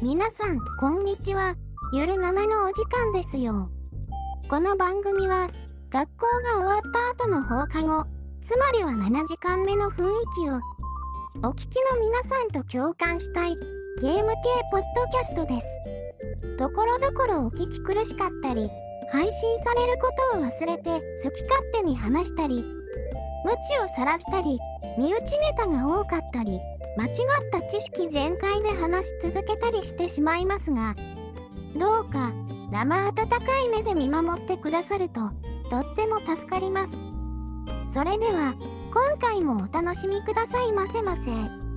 皆さんこんにちは。ゆる7のお時間ですよ。この番組は学校が終わった後の放課後、つまりは7時間目の雰囲気をお聞きの皆さんと共感したいゲーム系ポッドキャストです。ところどころお聞き苦しかったり、配信されることを忘れて好き勝手に話したり、無知を晒したり、身内ネタが多かったり、間違った知識全開で話し続けたりしてしまいますが、どうか生温かい目で見守ってくださるととっても助かります。それでは今回もお楽しみくださいませませ。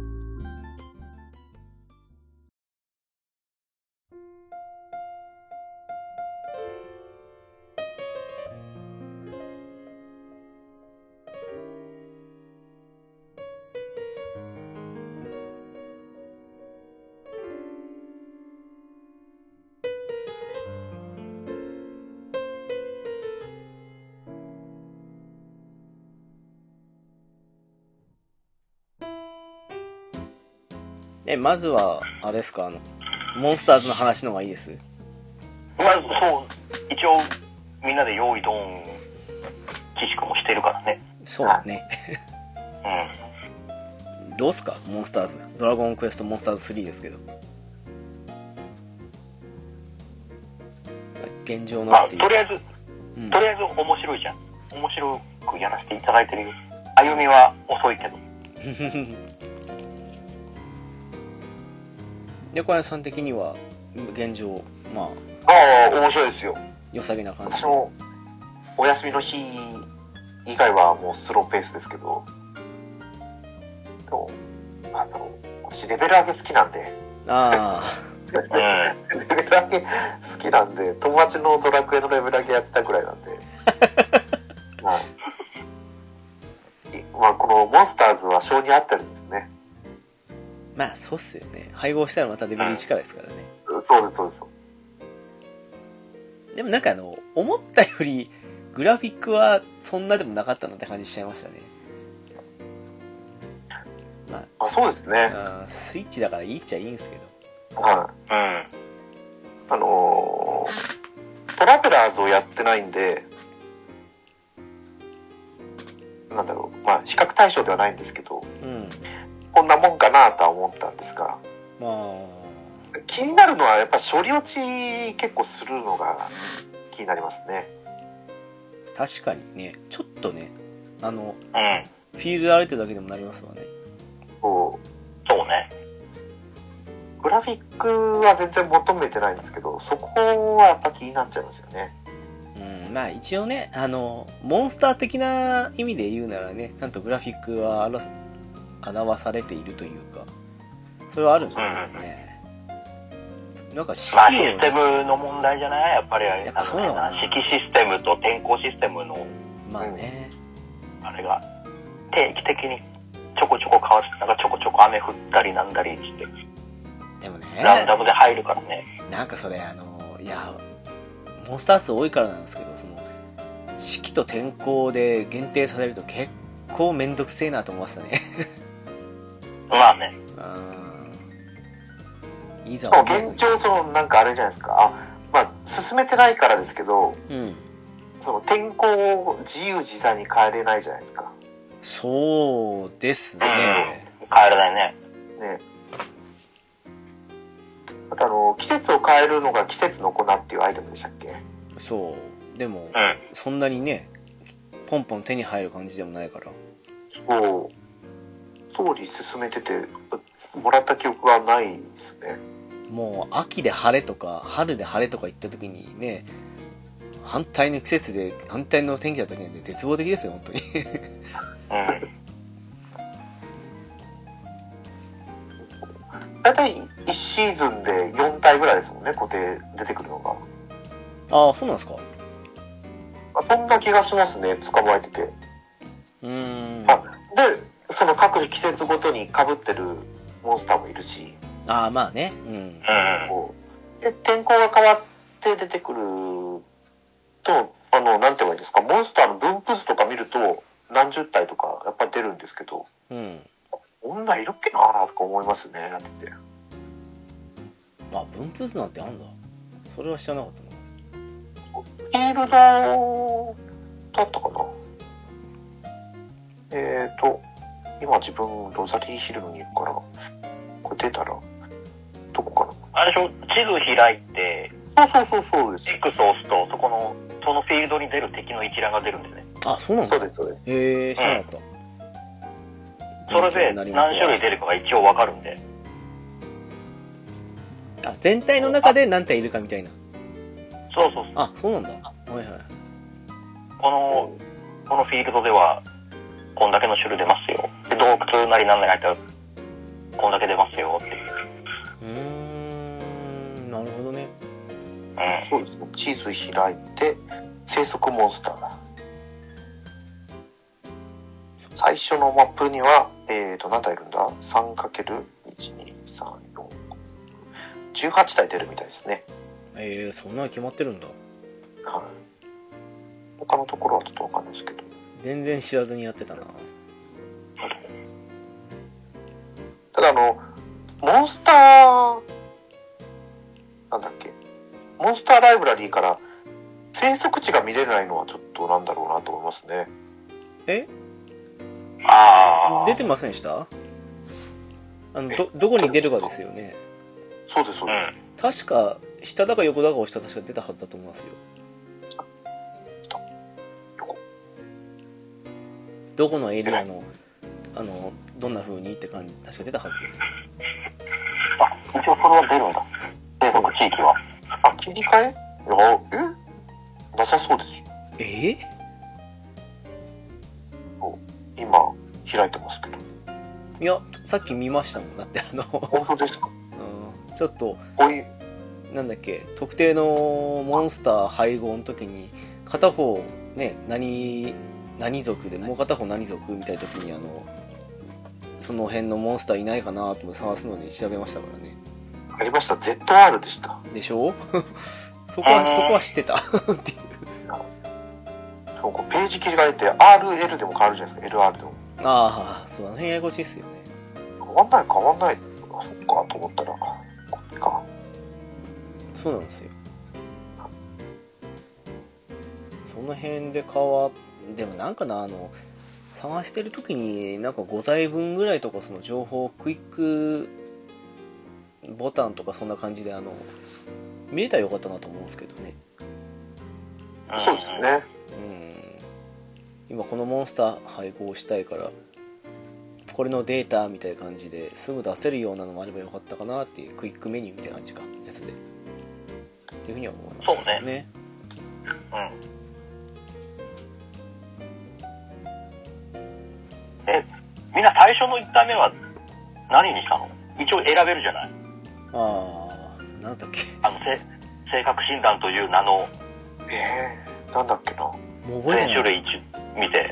まずはあれですか、モンスターズの話の方がいいです。 まあそう一応みんなで用意ドン自粛もしてるからね。 そうね。どうすかモンスターズ、ドラゴンクエストモンスターズ3ですけど、現状のっていう、 とりあえず面白いじゃん。面白くやらせていただいてるよ。歩みは遅いけど。 猫屋さん的には現状面白いですよ。 良さげな感じ。 私もお休みの日以外はもうスローペースですけど、なんだろう、私レベル上げ好きなんで、レベル上げ好きなんで、友達のドラクエのレベル上げやったぐらいなんで、まあこのモンスターズは性に合ってるんですね。 まあそうっすよね。配合したらまたレベル1からですからね。 そうですそうです。 でもなんか思ったよりグラフィックはそんなでもなかったなって感じしちゃいましたね。まあそうですね。 スイッチだからいいっちゃいいんですけど。 はい。トラベラーズをやってないんで、なんだろう、まあ比較対象ではないんですけど、こんなもんかなとは思ったんですが、気になるのはやっぱ処理落ち結構するのが気になりますね。 確かにね、ちょっとね、フィールド歩いてるだけでもなりますわね。 そうね。 グラフィックは全然求めてないんですけど、そこはやっぱ気になっちゃいますよね。 まあ一応ね、モンスター的な意味で言うならね、ちゃんとグラフィックは表されているというか、それはあるんですけどね。なんかシステムの問題じゃない？やっぱりやっぱそうなのかな。 指揮システムと転校システムのまあね、 あれが定期的にちょこちょこ変わって、なんかちょこちょこ雨降ったりなんだりって。 でもね、 ランダムで入るからね。 なんかそれいやモンスター数多いからなんですけど、その四季と天候で限定されると結構めんどくせえなと思いましたね。 まあね。 いざそう現状なんかあれじゃないですか。まあ進めてないからですけど、その天候を自由自在に変えれないじゃないですか。 そうですね。 変えれないね。 あと季節を変えるのが季節の粉っていうアイテムでしたっけ？ そう。でも、そんなにね、ポンポン手に入る感じでもないから。 そう。ストーリー進めててもらった記憶がないですね。 もう秋で晴れとか春で晴れとか言った時にね、反対の季節で反対の天気だった時に絶望的ですよ本当に。 だいたい1シーズンで4体ぐらいですもんね、固定出てくるのが。 ああ、そうなんですか。 そんな気がしますね、捕まえてて。で、その各季節ごとに被ってるモンスターもいるし。 まあね。 で、天候が変わって出てくると、なんて言えばいいんですか、モンスターの分布図とか見ると、何十体とかやっぱ出るんですけど、こんないるっけなーとか思いますね、だって。 あ、分布図なんてあんだ。それは知らなかったな。 フィールドだったかな。今自分ロザリーヒルにいるから、これ出たらどこかな。 あれでしょ、地図開いて、 そうです。 X を押すとそのフィールドに出る敵の一覧が出るんですね。 あ、そうなんだ。 そうですそうです。 知らなかった。 それで何種類出るかが一応わかるんで。 あ、全体の中で何体いるかみたいな。 そう。 あ、そうなんだ。はいはい。 このフィールドではこんだけの種類出ますよ。で、洞窟なりなんなり入ったらこんだけ出ますよっていう。 なるほどね。 そうですね。地図開いて生息モンスターだ。最初のマップには何体いるんだ 3×1,2,3,4,18 体出るみたいですね。 そんなに決まってるんだ。 はい。他のところはちょっとわかんないですけど。 全然知らずにやってたな。 ただモンスターなんだっけ、モンスターライブラリーから生息地が見れないのはちょっとなんだろうなと思いますね。 出てませんでした？どこに出るかですよね。 そうです。 確か下だか横だか押したら確か出たはずだと思いますよ。どこのエリアのどんな風にって感じ確か出たはずです。 あ、一応それは出るんだ。生息地域は。 あ、切り替え？なさそうです。今開いてますけど。 いや、さっき見ましたもん。だって本当ですか？ ちょっとなんだっけ、特定のモンスター配合の時に片方ね何族でもう片方何族みたいな時にその辺のモンスターいないかなと探すのに調べましたからね。 ありました。 ZR でした。 でしょそこは知ってたっていう。 そう、ページ切り替えて RL でも変わるじゃないですか。LR でも。 ああ、そう、あの辺ややこしいっすよね。 変わんない。あ、そっかと思ったらこっちか。 そうなんですよ。その辺ででもなんかな、探してる時になんか5体分ぐらいとかその情報クイックボタンとかそんな感じで見れたらよかったなと思うんですけどね。 そうですね。 今このモンスター配合したいからこれのデータみたいな感じですぐ出せるようなのもあればよかったかなっていう、クイックメニューみたいな感じかやつでっていうふうには思います。 そうね。みんな最初の1体目は何にしたの？一応選べるじゃない。 なんだっけ、 性格診断という名のなんだっけな、 もう覚えてない。 全種類見て、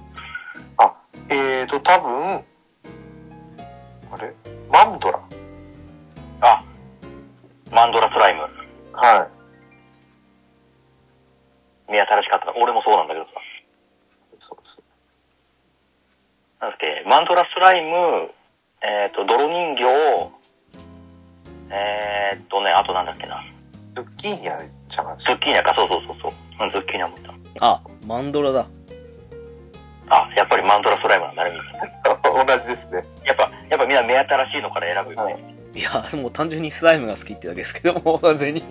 多分あれマンドラスライム。 はい。 見新しかった。俺もそうなんだけどさ。 そうです。 なんだっけ、マンドラスライム、泥人形、あとなんだっけな。 ズッキーニャじゃないですか。ズッキーニャか、そう。ズッキーニャもいた。 あ、マンドラだ。 やっぱりマンドラスライムなんだね、みんな。同じですね。 やっぱみんな目新しいのから選ぶよね。 いや、もう単純にスライムが好きってだけですけども、完全に。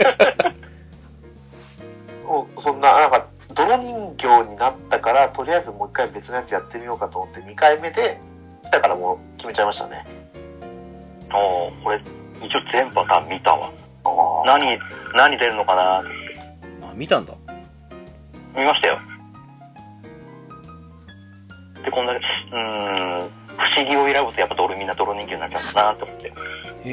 もうそんな、泥人形になったから、とりあえずもう一回別のやつやってみようかと思って、2回目で、だからもう決めちゃいましたね。 これ、一応全パターン見たわ。何出るのかなって。 見たんだ。 見ましたよ。で、こんだけ、不思議を選ぶとやっぱみんな泥人形になっちゃうんだなと思って。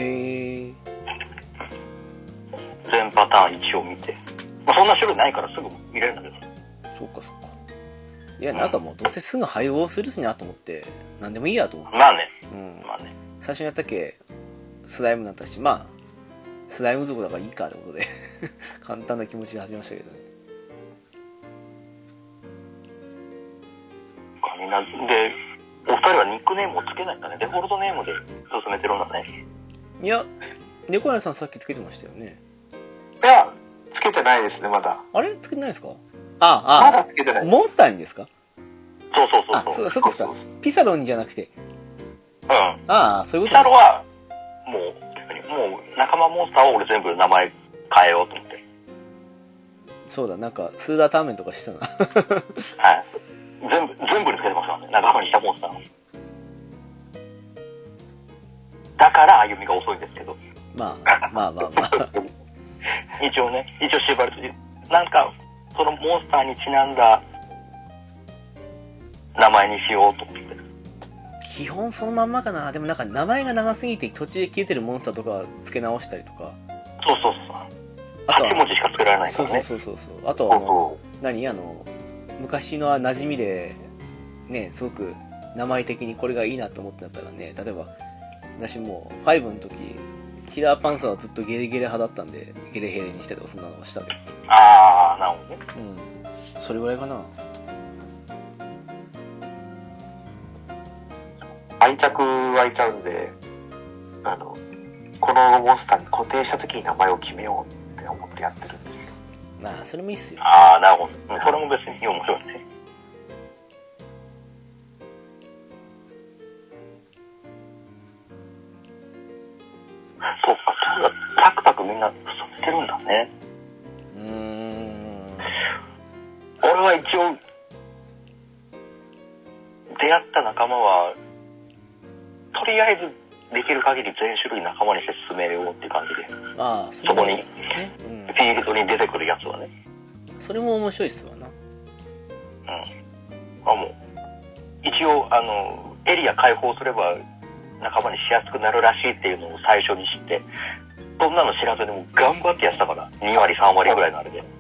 全パターン一応見て。そんな種類ないからすぐ見れるんだけど。 そうか。いや、なんかもうどうせすぐ配合するしなと思って、なんでもいいやと思って。 まあね。 最初にやったっけ、スライムだったし、スライム族だからいいかってことで、簡単な気持ちで始めましたけどね。 みんな、で、お二人はニックネームをつけないんだね。デフォルトネームで進めてるんだね。 いや、 猫屋さんさっきつけてましたよね。 いや、つけてないですね、まだ。 あれつけてないですか？まだつけてない。 モンスターにですか？ そう。 そうですか。ピサロにじゃなくて。 うん。 そういうこと、ね。 ピサロは、もう仲間モンスターを俺全部名前変えようと思って。 そうだ、なんか、スーダーターメンとかしてたな。 はい。全部につけてましたからね、仲間にしたモンスターの。だから歩みが遅いんですけど。 まあ。 一応縛ると、なんか、そのモンスターにちなんだ名前にしようと思って。 基本そのまんまかな。でもなんか名前が長すぎて途中で消えてるモンスターとか付け直したりとか。 そう。 あと 8文字しか付けられないからね。 そう。あと昔の馴染みで、ね、すごく名前的にこれがいいなと思ってたらね、例えば、私もう5の時、キラーパンサーはずっとゲレゲレ派だったんで、ゲレヘレにしたりとかそんなのはしたけど。 なるほどね。 それぐらいかな。 愛着湧いちゃうんで、このモンスターに固定した時に名前を決めようって思ってやってるんですよ。 まあ、それもいいっすよ。 なるほど。それも別に面白いね。そうか、パクパクみんなしてるんだね。俺は一応、出会った仲間は、とりあえずできる限り全種類仲間にして進めようっていう感じで。そこに、フィールドに出てくるやつはね。 それも面白いっすわな。 もう、一応、エリア開放すれば仲間にしやすくなるらしいっていうのを最初に知って、そんなの知らずにも頑張ってやってたから、2割3割ぐらいのあれで。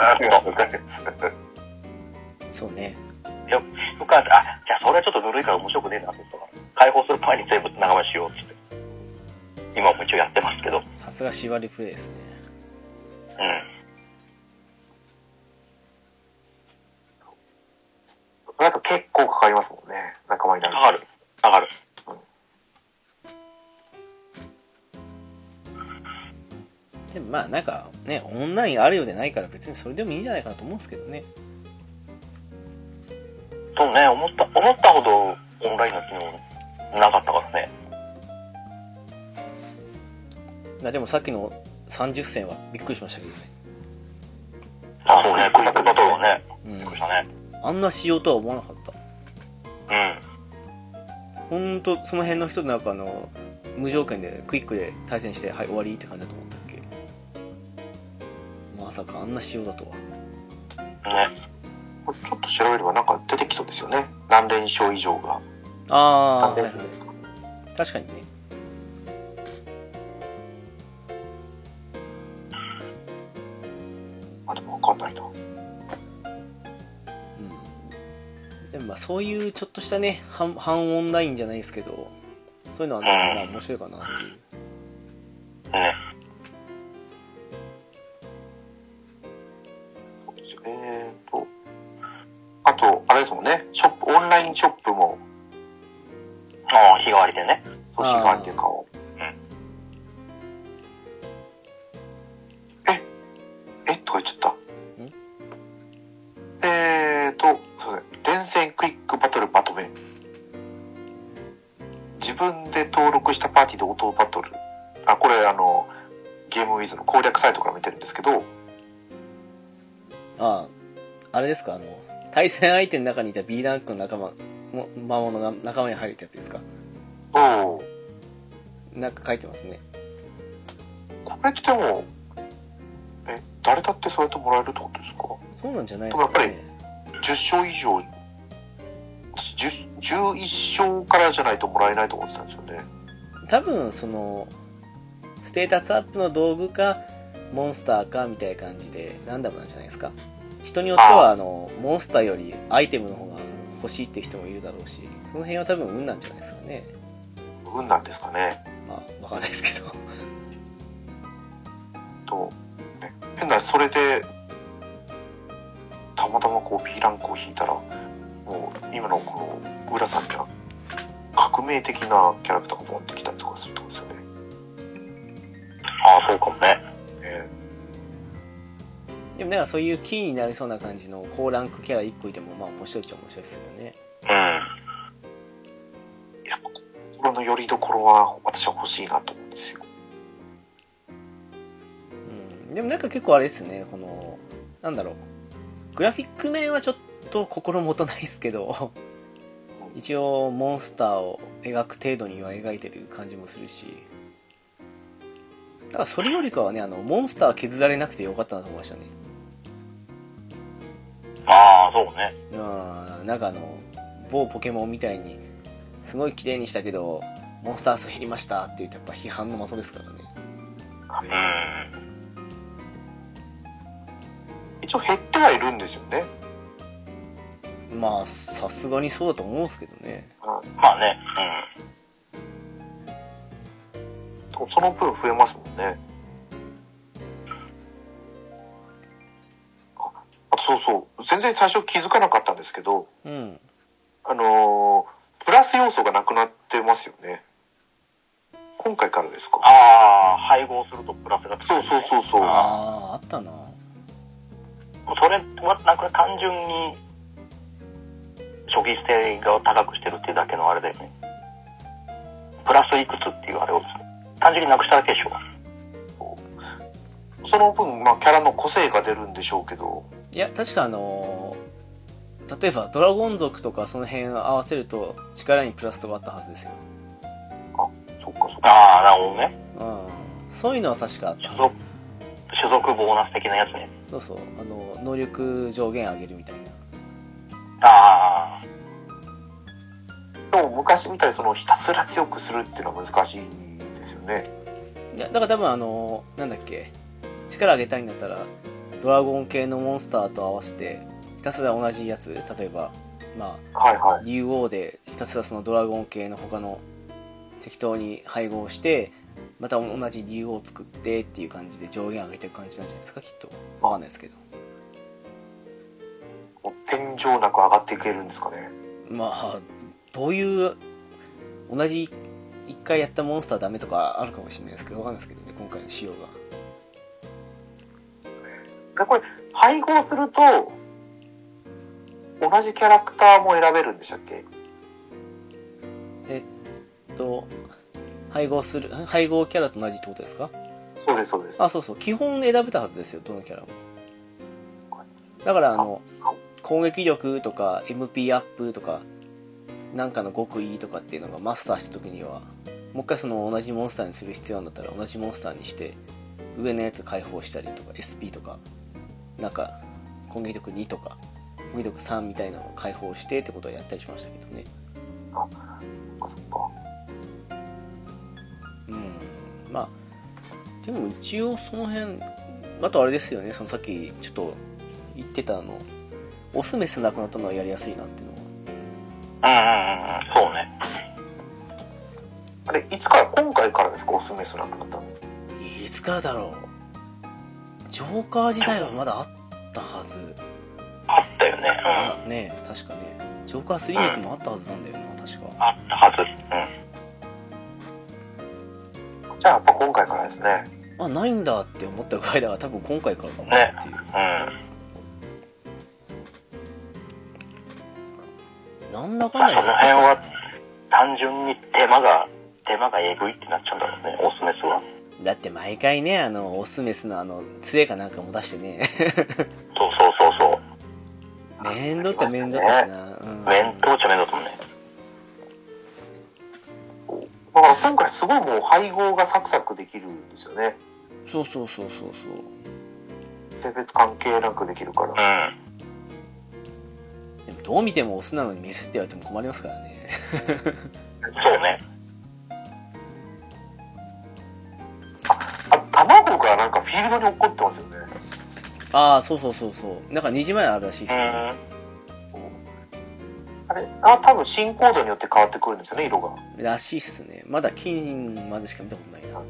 そうね。 よかった。じゃあそれはちょっとぬるいから面白くねえなと思ったから、開放する前に全部仲間にしようって。今も一応やってますけど。 さすが縛りプレイですね。 それだと結構かかりますもんね、仲間になる。 かかる。 でもまあなんかね、オンラインあるようでないから別にそれでもいいんじゃないかなと思うんですけどね。 そうね、思ったほどオンラインの機能なかったからね。 でもさっきの30戦はびっくりしましたけどね。 そうね、クイックバトルはね、びっくりしたね。 あんな仕様とは思わなかった。ほんとその辺の人なんか無条件でクイックで対戦してはい終わりって感じだと思ったっけ。まさかあんな仕様だとはね。ちょっと調べればなんか出てきそうですよね、何連勝以上が。 はいはい、確かにね。 でも分かんないな。 でもまあそういうちょっとしたね半オンラインじゃないですけど、そういうのはまあ面白いかなっていう。 あとあれですもんね、オンラインショップも日替わりでね。 日替わりで買おう。とか言っちゃった。連戦クイックバトルまとめ。自分で登録したパーティーでオートバトル。これゲームウィズの攻略サイトから見てるんですけど。 あれですか、対戦相手の中にいた B ランクの魔物が仲間に入るってやつですか。なんか書いてますね。 これってでも誰だってそうやってもらえるってことですか。 そうなんじゃないですかね。 やっぱり10勝以上11勝からじゃないともらえないと思ってたんですよね。 多分そのステータスアップの道具かモンスターかみたいな感じでランダムなんじゃないですか。人によってはモンスターよりアイテムの方が欲しいっていう人もいるだろうし、その辺は多分運なんじゃないですかね。 運なんですかね。 まあ分かんないですけど変な、それでたまたまこう B ランクを引いたら、もう今のこの浦さんじゃ革命的なキャラクターがボンってきたりとかするってことですよね。 そうかもね。 でもなんかそういうキーになりそうな感じの高ランクキャラ1個いてもまあ面白いっちゃ面白いですよね。 いや、このよりどころは私は欲しいなと思うんですよ。 でもなんか結構あれですね、このなんだろう、グラフィック面はちょっと心もとないですけど一応モンスターを描く程度には描いてる感じもするし、だからそれよりかはね、モンスター削られなくてよかったなと思いましたね。 ああ、そうね。 なんか某ポケモンみたいにすごい綺麗にしたけどモンスター数減りましたって言うとやっぱ批判の的ですからね。 一応減ってはいるんですよね。 まあさすがにそうだと思うんですけどね。 まあね。 その分増えますもんね。そうそう、全然最初気づかなかったんですけど、プラス要素がなくなってますよね。今回からですか？ ああ、配合するとプラスがつく、ね。 そう。 あったな。 それはなんか単純に初期捨てが高くしてるっていうだけのあれだよね。プラスいくつっていうあれを単純になくしただけでしょ。 その分、まあ、キャラの個性が出るんでしょうけど。 いや確か例えばドラゴン族とかその辺合わせると力にプラスとかあったはずですよ。 そっか。 ああ、なるほどね。 そういうのは確かあったはず。 種族ボーナス的なやつね。 そう能力上限上げるみたいな。ああ。 でも昔みたいにひたすら強くするっていうのは難しいですよね。 いやだから多分なんだっけ、力上げたいんだったらドラゴン系のモンスターと合わせてひたすら同じやつ、例えば竜王でひたすらそのドラゴン系の他の適当に配合してまた同じ竜王を作ってっていう感じで上限上げていく感じなんじゃないですか、きっと。わかんないですけど。 天井なく上がっていけるんですかね。 まあどういう同じ一回やったモンスターダメとかあるかもしれないですけど、わかんないですけどね、今回の仕様が。 これ配合すると同じキャラクターも選べるんでしたっけ？ 配合キャラと同じってことですか？ そうです。 そう基本選べたはずですよ、どのキャラも。だから攻撃力とか MP アップとかなんかの極意とかっていうのがマスターした時にはもう一回その同じモンスターにする必要なんだったら同じモンスターにして上のやつ解放したりとか SP とかなんか攻撃力2とか攻撃力3みたいなのを解放してってことはやったりしましたけどね。 そっか。 まあでも一応その辺あとあれですよね、そのさっきちょっと言ってたオスメスなくなったのはやりやすいなっていうのは。そうね。 あれいつから今回からですか？オスメスなくなったのいつからだろう。ジョーカー時代はまだあったはず。 あったよね。 ねえ確かね、ジョーカー3メイクもあったはずなんだよな、確か。 あったはず。 じゃあやっぱ今回からですね。 ないんだって思ったぐらいだから多分今回からかなっていう。なんだかんだその辺は単純に手間がエグいってなっちゃうんだろうね、オスメスは。 だって毎回ねオスメスの杖かなんかも出してねそう面倒って面倒だしな、 面倒っちゃ面倒だもんね。 だから今回すごいもう配合がサクサクできるんですよね。 そう性別関係なくできるから。 でもどう見てもオスなのにメスって言われても困りますからね。 そうね。 卵がなんかフィールドに落っこってますよね。 そうなんか2時前あるらしいですね。 あれ多分新コードによって変わってくるんですよね、色が。 らしいっすね。まだ金までしか見たことないな。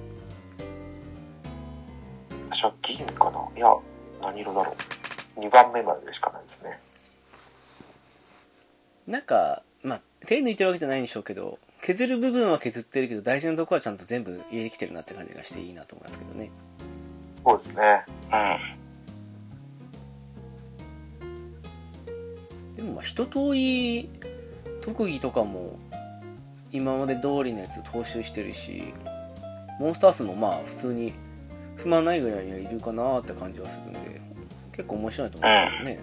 私は銀かな。いや何色だろう。2番目までしかないですね。 なんか手抜いてるわけじゃないんでしょうけど、削る部分は削ってるけど大事なところはちゃんと全部入れてきてるなって感じがしていいなと思いますけどね。 そうですね。 でもまあ一通り特技とかも今まで通りのやつ踏襲してるし、モンスター数もまあ普通に不満ないぐらいにはいるかなって感じはするんで、結構面白いと思うんですけどね。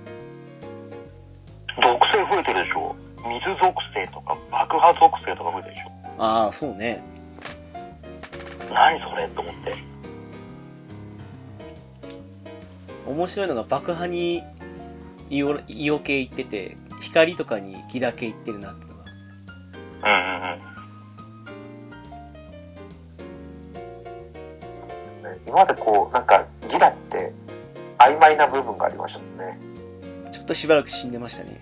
属性増えてるでしょ。水属性とか爆破属性とか増えてるでしょ。 ああ、そうね。 何それと思って。 面白いのが爆破にイオ系いってて、光とかにギラ系いってるなってのが。 今までこうなんかギラって曖昧な部分がありましたもんね。 ちょっとしばらく死んでましたね。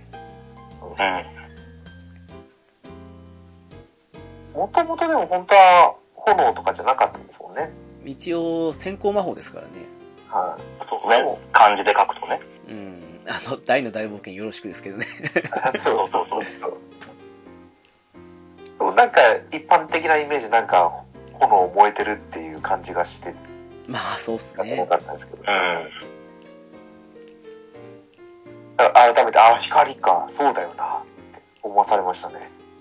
もともとでも本当は炎とかじゃなかったんですもんね。 一応先行魔法ですからね。 はい、 そうね。漢字で書くとね。 大の大冒険よろしくですけどね。 そう。 なんか一般的なイメージ、なんか炎燃えてるっていう感じがして、 まあそうっすね。 かったんですけど、改めて光か、そうだよなって思わされましたね。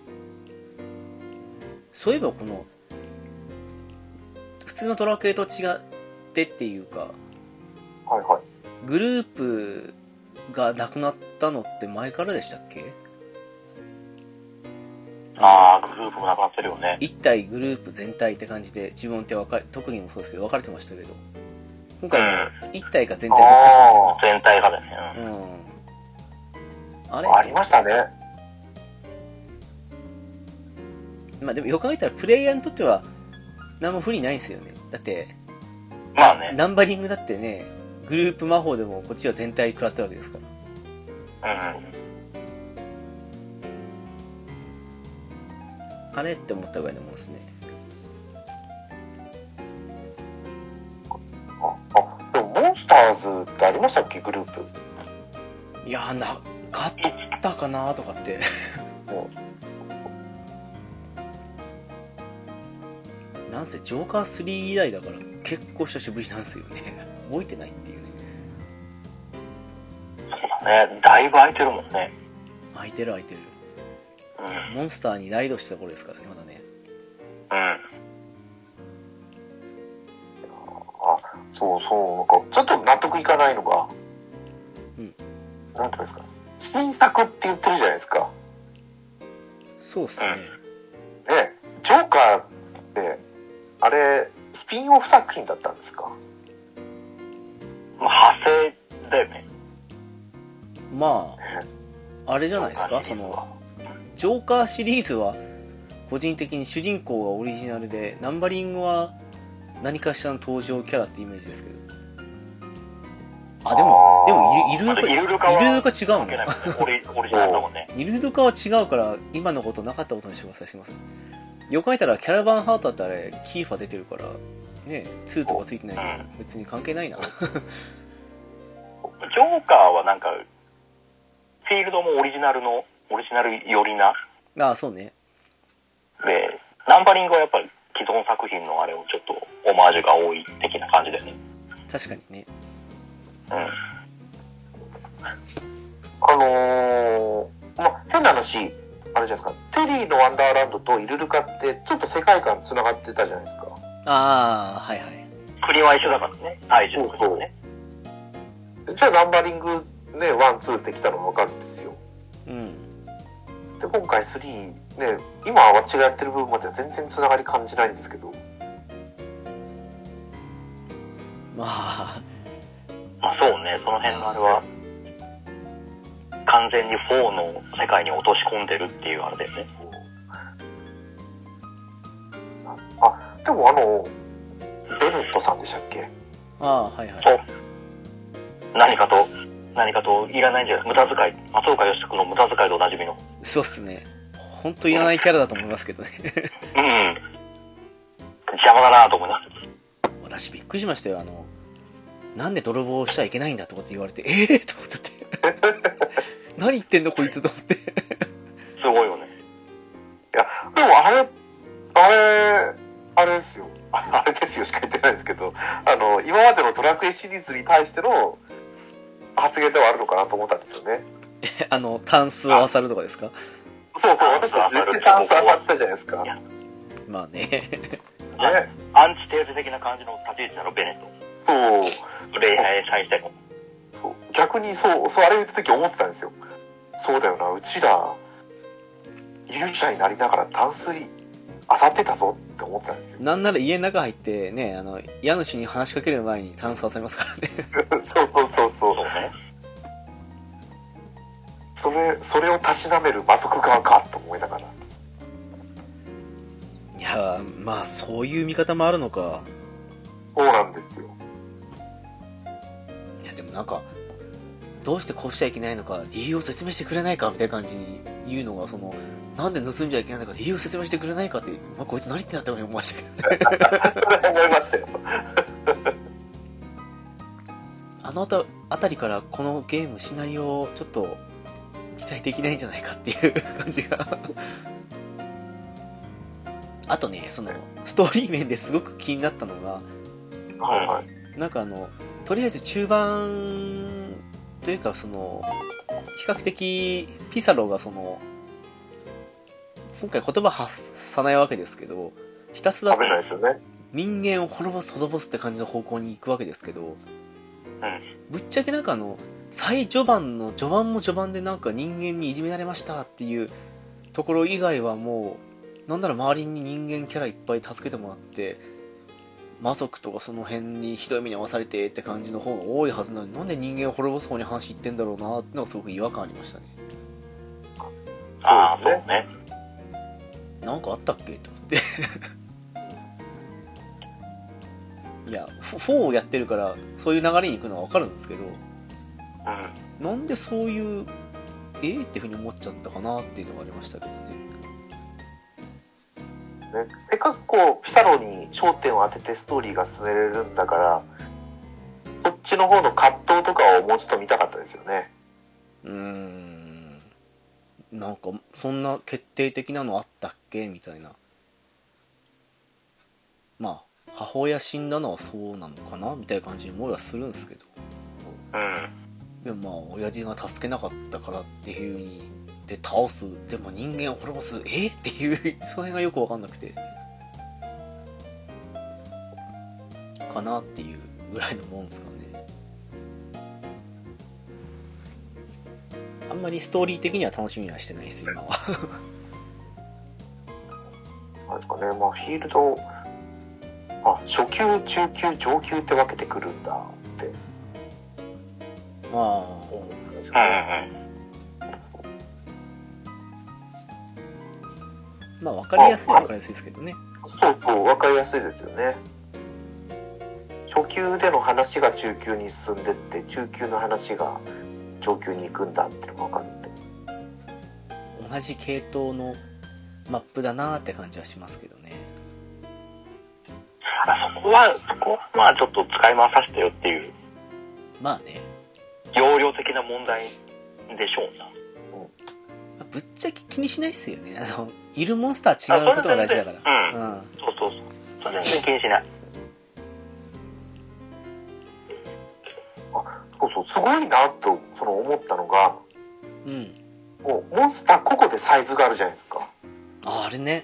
そういえばこの普通のドラクエと違ってっていうか、 はいはい、 グループがなくなったのって前からでしたっけ？ グループもなくなってるよね。 一体グループ全体って感じで自分って特技もそうですけど分かれてましたけど、今回も一体か全体どっちかしたんですよ。 全体かですね。 あれありましたね。 まあでもよく考えたらプレイヤーにとっては何も不利ないんですよね。だってまあね、 ナンバリングだってね、グループ魔法でもこっちは全体食らってるわけですから。あれって思ったぐらいのもんですね。 でもモンスターズってありましたっけ、グループ。 いやなかったかなとかってなんせジョーカー3以来だから結構久しぶりなんですよね。覚えてないっていうね。 そうだね、だいぶ空いてるもんね。 空いてる、モンスターにライドした頃ですからね、まだね。 そうちょっと納得いかないのが、なんていうんですか、新作って言ってるじゃないですか。 そうっすね。 ね、ジョーカーってあれスピンオフ作品だったんですか？ 派生だよね。 まああれじゃないですか、そのジョーカーシリーズは個人的に主人公がオリジナルで、ナンバリングは何かしらの登場キャラってイメージですけど。でもイルルカ違うの？ オリジナルだもんね。 イルルカは違うから今のことなかったことにしてください。すいません。よく考えたらキャラバンハートだってあれキーファ出てるからね、2とかついてないから別に関係ないな。 ジョーカーはなんかフィールドもオリジナル寄りな。 そうね。 でナンバリングはやっぱり既存作品のあれをちょっとオマージュが多い的な感じだよね。 確かにね。 変な話、あれじゃないですか、テリーのワンダーランドとイルルカってちょっと世界観つながってたじゃないですか。 はいはい。 国は一緒だからね、大丈夫ですね。 じゃあナンバリングね、ワンツーってきたのが分かるんですよ。で今回3ね、今私がやってる部分までは全然つながり感じないんですけど、 まあそうね、その辺のあれは完全に4の世界に落とし込んでるっていうあれですね。 でもベネットさんでしたっけ？ はいはい。 何かといらないんじゃないですか。無駄遣い、松岡義嗣の無駄遣いでおなじみの。 そうっすね。本当いらないキャラだと思いますけどね。 邪魔だなと思います。 私びっくりしましたよ。なんで泥棒をしちゃいけないんだとかって言われて、と思っちゃって何言ってんのこいつと思って。すごいよね。 いやでもああれですよ。あれですよしか言ってないんですけど、今までのドラクエシリーズに対しての発言ではあるのかなと思ったんですよね。 タンスを漁るとかですか？ そうそう、私たち絶対タンス漁ったじゃないですか。 まあね。 アンチテーゼ的な感じの立ち位置だろ、ベネット。 そう。 恋愛されたの。 そう。逆にそう、あれ言った時思ってたんですよ。そうだよな、うちら、勇者になりながらタンス漁ってたぞって思ってたんですよ。 なんなら家の中入ってね、家主に話しかける前にタンス漁りますからね。 そうそうそうそう。 そうね。 それをたしなめる魔族側かと思いながら。 いやまあそういう見方もあるのか。 そうなんですよ。 いやでもなんかどうしてこうしちゃいけないのか理由を説明してくれないかみたいな感じに言うのが、なんで盗んじゃいけないのか理由を説明してくれないかって、こいつ何言ってんだって思いましたけどね。 それ思いましたよ。 あたりからこのゲームシナリオをちょっと期待できないんじゃないかっていう感じがあとね、ストーリー面ですごく気になったのが、 はいはい、 なんかとりあえず中盤というか比較的ピサロが今回言葉発さないわけですけど、ひたすら人間を滅ぼすって感じの方向に行くわけですけど、ぶっちゃけなんか最序盤も序盤でなんか人間にいじめられましたっていうところ以外はもうなんなら周りに人間キャラいっぱい助けてもらって魔族とかその辺にひどい目に遭わされてって感じの方が多いはずなのに、なんで人間を滅ぼす方に話いってんだろうなってのがすごく違和感ありましたね。 ああ、そうね。 なんかあったっけと思っていや4をやってるからそういう流れに行くのは分かるんですけど、なんでそういうってふうに思っちゃったかなっていうのがありましたけどね。 せっかくピサロに焦点を当ててストーリーが進めれるんだから、そっちの方の葛藤とかをもうちょっと見たかったですよね。 なんかそんな決定的なのあったっけみたいな。まあ母親死んだのはそうなのかなみたいな感じに思いはするんですけど、でもまあ親父が助けなかったからっていう風にで倒す、でも人間を滅ぼすっていうその辺がよく分かんなくてかなっていうぐらいのもんですかね。あんまりストーリー的には楽しみはしてないです今は。 なんですかね、まあフィールド初級中級上級って分けてくるんだって思うんですけど、 まあ分かりやすいは分かりやすいですけどね。 そう分かりやすいですよね。初級での話が中級に進んでって中級の話が上級に行くんだっていうのが分かるんで、 同じ系統のマップだなーって感じはしますけどね。 そこはまあちょっと使い回させてよっていうまあね容量的な問題でしょうな。 ぶっちゃけ気にしないっすよね。いるモンスター違うことが大事だから。 そうそれ全然気にしない。 そうすごいなと思ったのが、もうモンスター個々でサイズがあるじゃないですか。 あれね。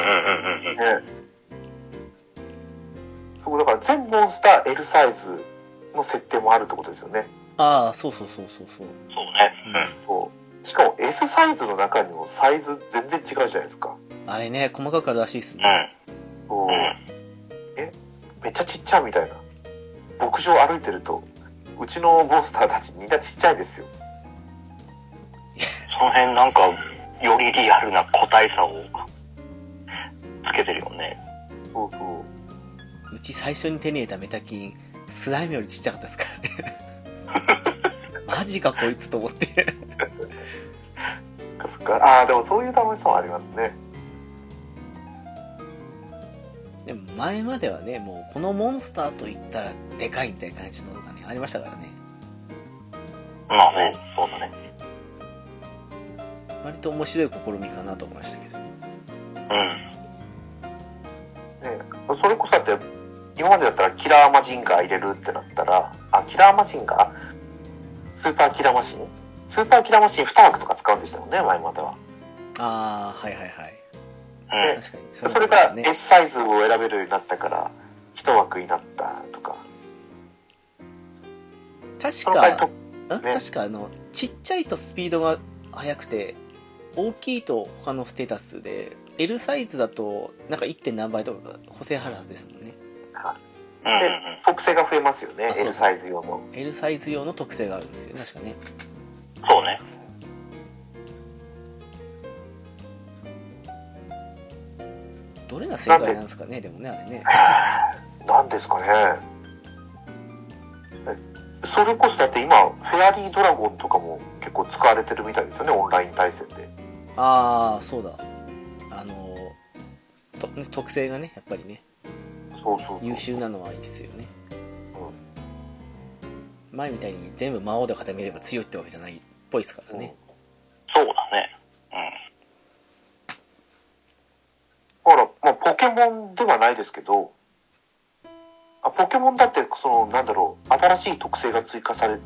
だから全モンスター L サイズの設定もあるってことですよね。 そうそうね。 しかも S サイズの中にもサイズ全然違うじゃないですか。 あれね、細かくあるらしいっすね。 めっちゃちっちゃいみたいな。牧場歩いてるとうちのモンスターたちみんなちっちゃいですよ。 その辺なんかよりリアルな個体差をつけてるよね。 うち最初に手に入れたメタキンスライムよりちっちゃかったですからね。マジかこいつと思って。 でもそういう楽しさもありますね。 でも前まではね、もうこのモンスターといったらでかいみたいな感じのがねありましたからね。 まあね、そうだね。 割と面白い試みかなと思いましたけど。 キラーマジンガー入れるってなったら、キラーマジンガースーパーキラーマシンスーパーキラーマシン2枠とか使うんでしたよね、前までは。 はいはいはい。確かにそれが S サイズを選べるようになったから1枠になったとか。 確かちっちゃいとスピードが速くて大きいと他のステータスで L サイズだとなんか 1. 何倍とかが補正あるはずですもんね。 で特性が増えますよね。L サイズ用の L サイズ用の特性があるんですよ確かね。 そうね。 どれが正解なんですかね。でもねあれね。 なんですかね。それこそだって今フェアリードラゴンとかも結構使われてるみたいですよね、オンライン対戦で。 そうだ。特性がねやっぱりね。そう優秀なのはいいですよね。前みたいに全部魔王で固めれば強いってわけじゃないっぽいですからね。 そうだね。 だからまあポケモンではないですけど。ポケモンだってなんだろう、新しい特性が追加される。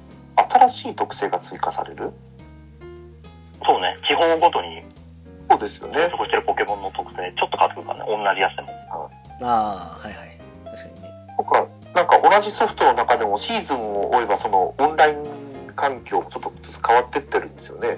そうね、地方ごとにそうですよね。 所属してるポケモンの特性ちょっと変わってくるからね、同じやつでも。 はいはい、確かにね。 なんか同じソフトの中でもシーズンを追えばオンライン環境もちょっとずつ変わってってるんですよね。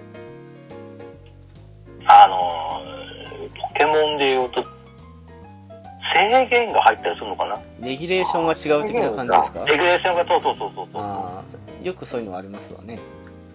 ポケモンでいうと制限が入ったりするのかな。 レギュレーションが違う的な感じですか。 レギュレーションがそうよくそういうのはありますわね。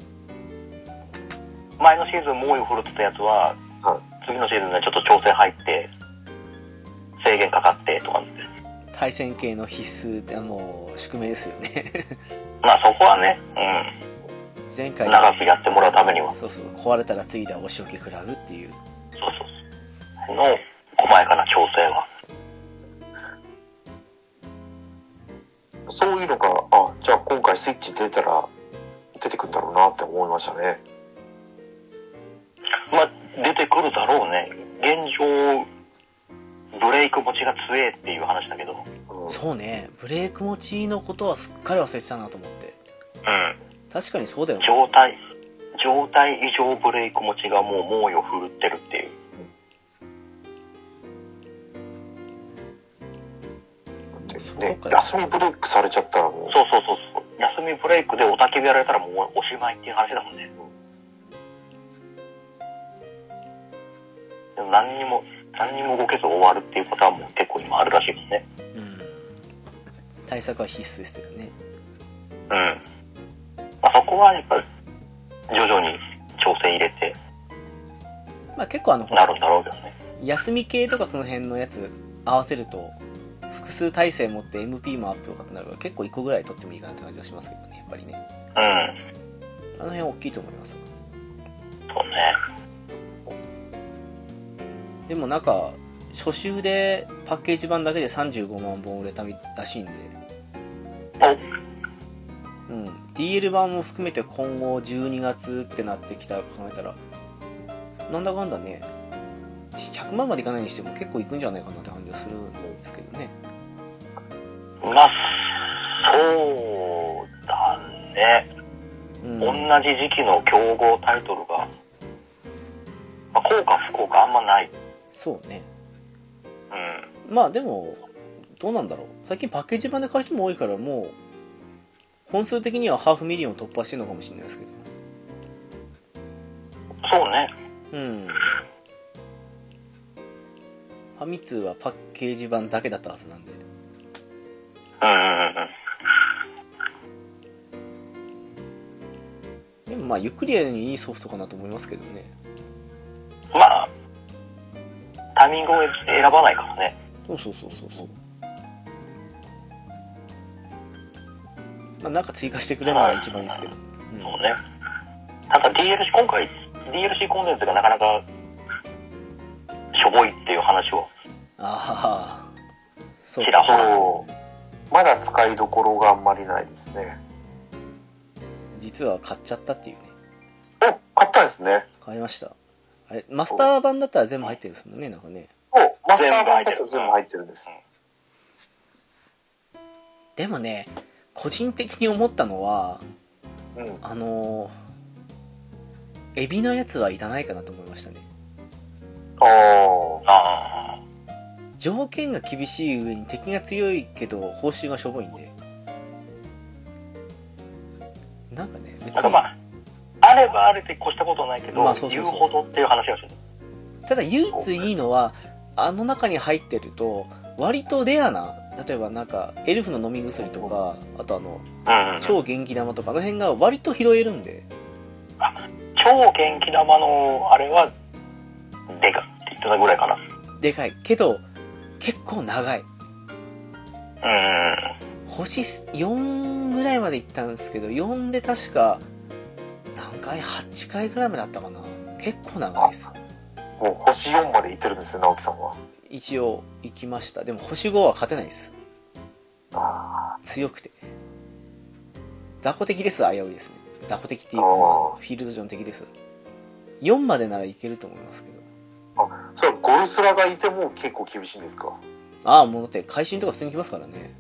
前のシーズン猛威を振るってたやつは、次のシーズンでちょっと調整入って制限かかってとかって。 対戦系の必須って宿命ですよね。 まあそこはね、 前回長くやってもらうためにはそう壊れたら次ではお仕置き食らうっていうの細やかな調整は。 そういうのがじゃあ今回スイッチ出たら出てくるんだろうなって思いましたね。 まあ出てくるだろうね。現状ブレイク持ちが強えっていう話だけど、 そうね、ブレイク持ちのことはすっかり忘れてたなと思って。確かにそうだよね。 状態異常ブレイク持ちがもう猛威を振るってるっていう。 ね、休みブレイクされちゃったらもう。 そう。休みブレイクでおたけびやられたらもうおしまいっていう話だもんね。でも何にも動けず終わるっていうパターンも結構今あるらしいもんね。 対策は必須ですよね。 まあ、そこはやっぱり徐々に調整入れて。 まあ結構なるんだろうけどね。 休み系とかその辺のやつ合わせると。複数耐性持って MP もアップとかってなるから結構1個ぐらい取ってもいいかなって感じがしますけどね、やっぱりね。あの辺大きいと思います。 そうね。 でもなんか初週でパッケージ版だけで35万本売れたらしいんで、DL 版も含めて今後12月ってなってきたら考えたらなんだかんだね100万までいかないにしても結構いくんじゃないかなって感じがするんですけどね。 まあそうだね、同じ時期の競合タイトルが、まあ、効果不効果あんまない。 そうね。まあでもどうなんだろう、最近パッケージ版で買う人も多いからもう本数的には500,000を突破してるのかもしれないですけど。 そうね。 ファミ通はパッケージ版だけだったはずなんで。でもまあゆっくりやるにいいソフトかなと思いますけどね。 まあタイミングを選ばないからね。 そう。まあなんか追加してくれるなら一番いいですけど。 そうね。ただ今回 DLC コンテンツがなかなかしょぼいっていう話を。 そう。 まだ使いどころがあんまりないですね。 実は買っちゃったっていうね。 買ったんですね。 買いました。あれマスター版だったら全部入ってるんですもんね、なんかね。 マスター版だと全部入ってるんです。 でもね、個人的に思ったのは、エビのやつはいらないかなと思いましたね。条件が厳しい上に敵が強いけど報酬がしょぼいんで、なんかね、別にあればあれで越したことないけど、言うほどっていう話がする。 ただ唯一いいのは、あの中に入ってると割とレアな、例えばなんかエルフの飲み薬とか、あと超元気玉とか、あの辺が割と拾えるんで。 超元気玉のあれはでかって言ってたぐらいかな。 でかいけど結構長い。星4ぐらいまで行ったんですけど、4で確か何回8回ぐらいまであったかな。結構長いです。 もう星4まで行ってるんですよ、直樹さんは。 一応行きました。でも星5は勝てないです。強くて雑魚敵です。危ういですね。雑魚敵っていうか、フィールド上の敵です。4までならいけると思いますけど。 それはゴルスラがいても結構厳しいんですか？ もうだって会心とか普通に来ますからね。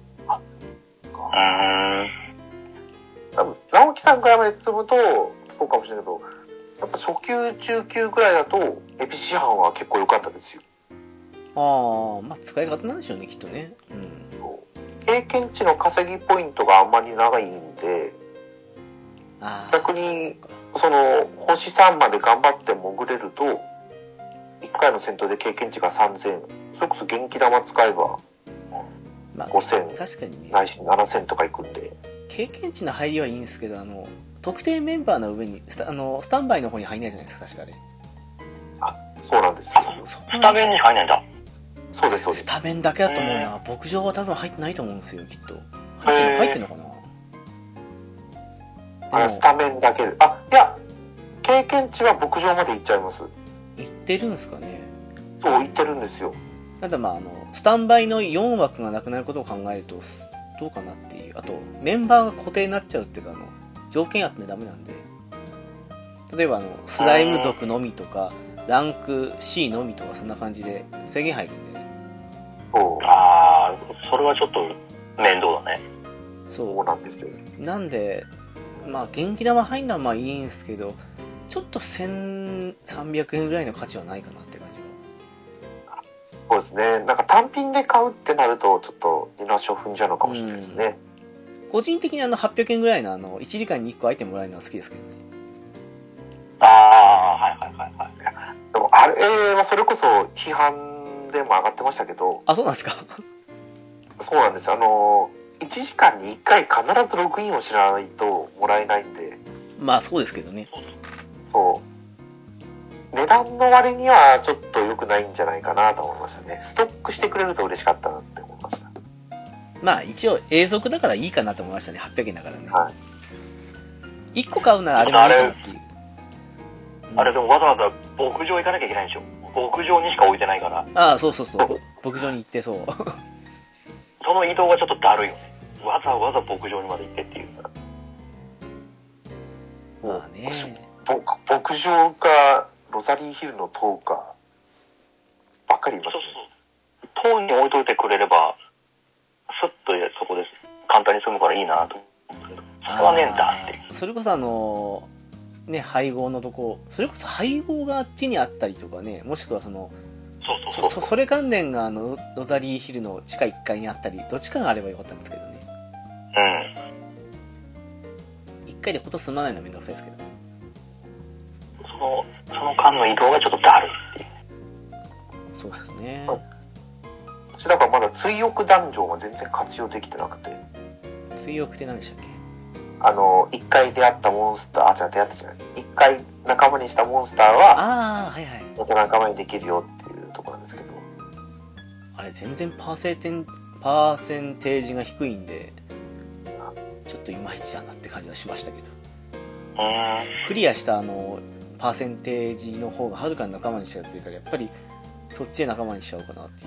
多分直樹さんからまで進むとそうかもしれないけど、やっぱ初級中級ぐらいだとエピシハンは結構良かったですよ。 使い方なんでしょうね、きっとね。 経験値の稼ぎポイントがあんまり長いんで、逆にその星3まで頑張って潜れると1回の戦闘で経験値が3000、それこそ元気玉使えば5000、 確かにね、 ないし7000とかいくんで、 経験値の入りはいいんですけど、特定メンバーの上にスタンバイの方に入んないじゃないですか、確かあれ。 そうなんですよ。 スタメンに入んないんだ。 そうです、そうです。 スタメンだけだと思うな。牧場は多分入ってないと思うんですよ、きっと。入ってんのかな。 スタメンだけで。いや、経験値は牧場まで行っちゃいます。 行ってるんですかね。 そう、行ってるんですよ。 ただスタンバイの4枠がなくなることを考えると、どうかなっていう。あと、メンバーが固定になっちゃうっていうか、条件あってダメなんで。例えばスライム族のみとか、ランク C のみとか、そんな感じで制限入るんで。 それはちょっと面倒だね。 そうなんですよ。 なんで、元気玉入んのはいいんですけど、ちょっと1300円ぐらいの価値はないかなって感じは。 そうですね。なんか単品で買うってなると、ちょっと二の足を踏んじゃうのかもしれないですね。 個人的に800円ぐらいの1時間に1個アイテムもらえるのは好きですけどね。 でもあれはそれこそ批判でも上がってましたけど。 そうなんですか。 そうなんです。1時間に1回必ずログインをしないともらえないんで。 そうですけどね。 そう。値段の割にはちょっと良くないんじゃないかなと思いましたね。ストックしてくれると嬉しかったなって思いました。 一応永続だからいいかなと思いましたね。800円だからね。1個買うならあれもいいかなっていう。 あれでもわざわざ牧場行かなきゃいけないんでしょ。牧場にしか置いてないから。 そう。牧場に行って、そう。 その移動がちょっとだるいよね。わざわざ牧場にまで行ってっていうから。 牧場かロザリーヒルの塔かばっかりいますね。 塔に置いといてくれればスッとそこで簡単に済むからいいなと思うけど、それはねえんだって。 それこそ配合のとこ、それこそ配合があっちにあったりとかね、もしくはそれ関連がロザリーヒルの地下1階にあったり、どっちかがあればよかったんですけどね。1回でこと済まないのはめんどくさいですけど、 その間の移動がちょっとだるいっていう。 そうですね。 私だからまだ追憶ダンジョンは全然活用できてなくて。 追憶って何でしたっけ ？1回出会ったモンスター、出会ったじゃない。1回仲間にしたモンスターは、また仲間にできるよっていうところなんですけど。 あれ全然パーセンテージが低いんで、ちょっといまいちだなって感じはしましたけど。クリアしたパーセンテージの方がはるかに仲間にしたやつだから、やっぱりそっちで仲間にしちゃおうかなっていう。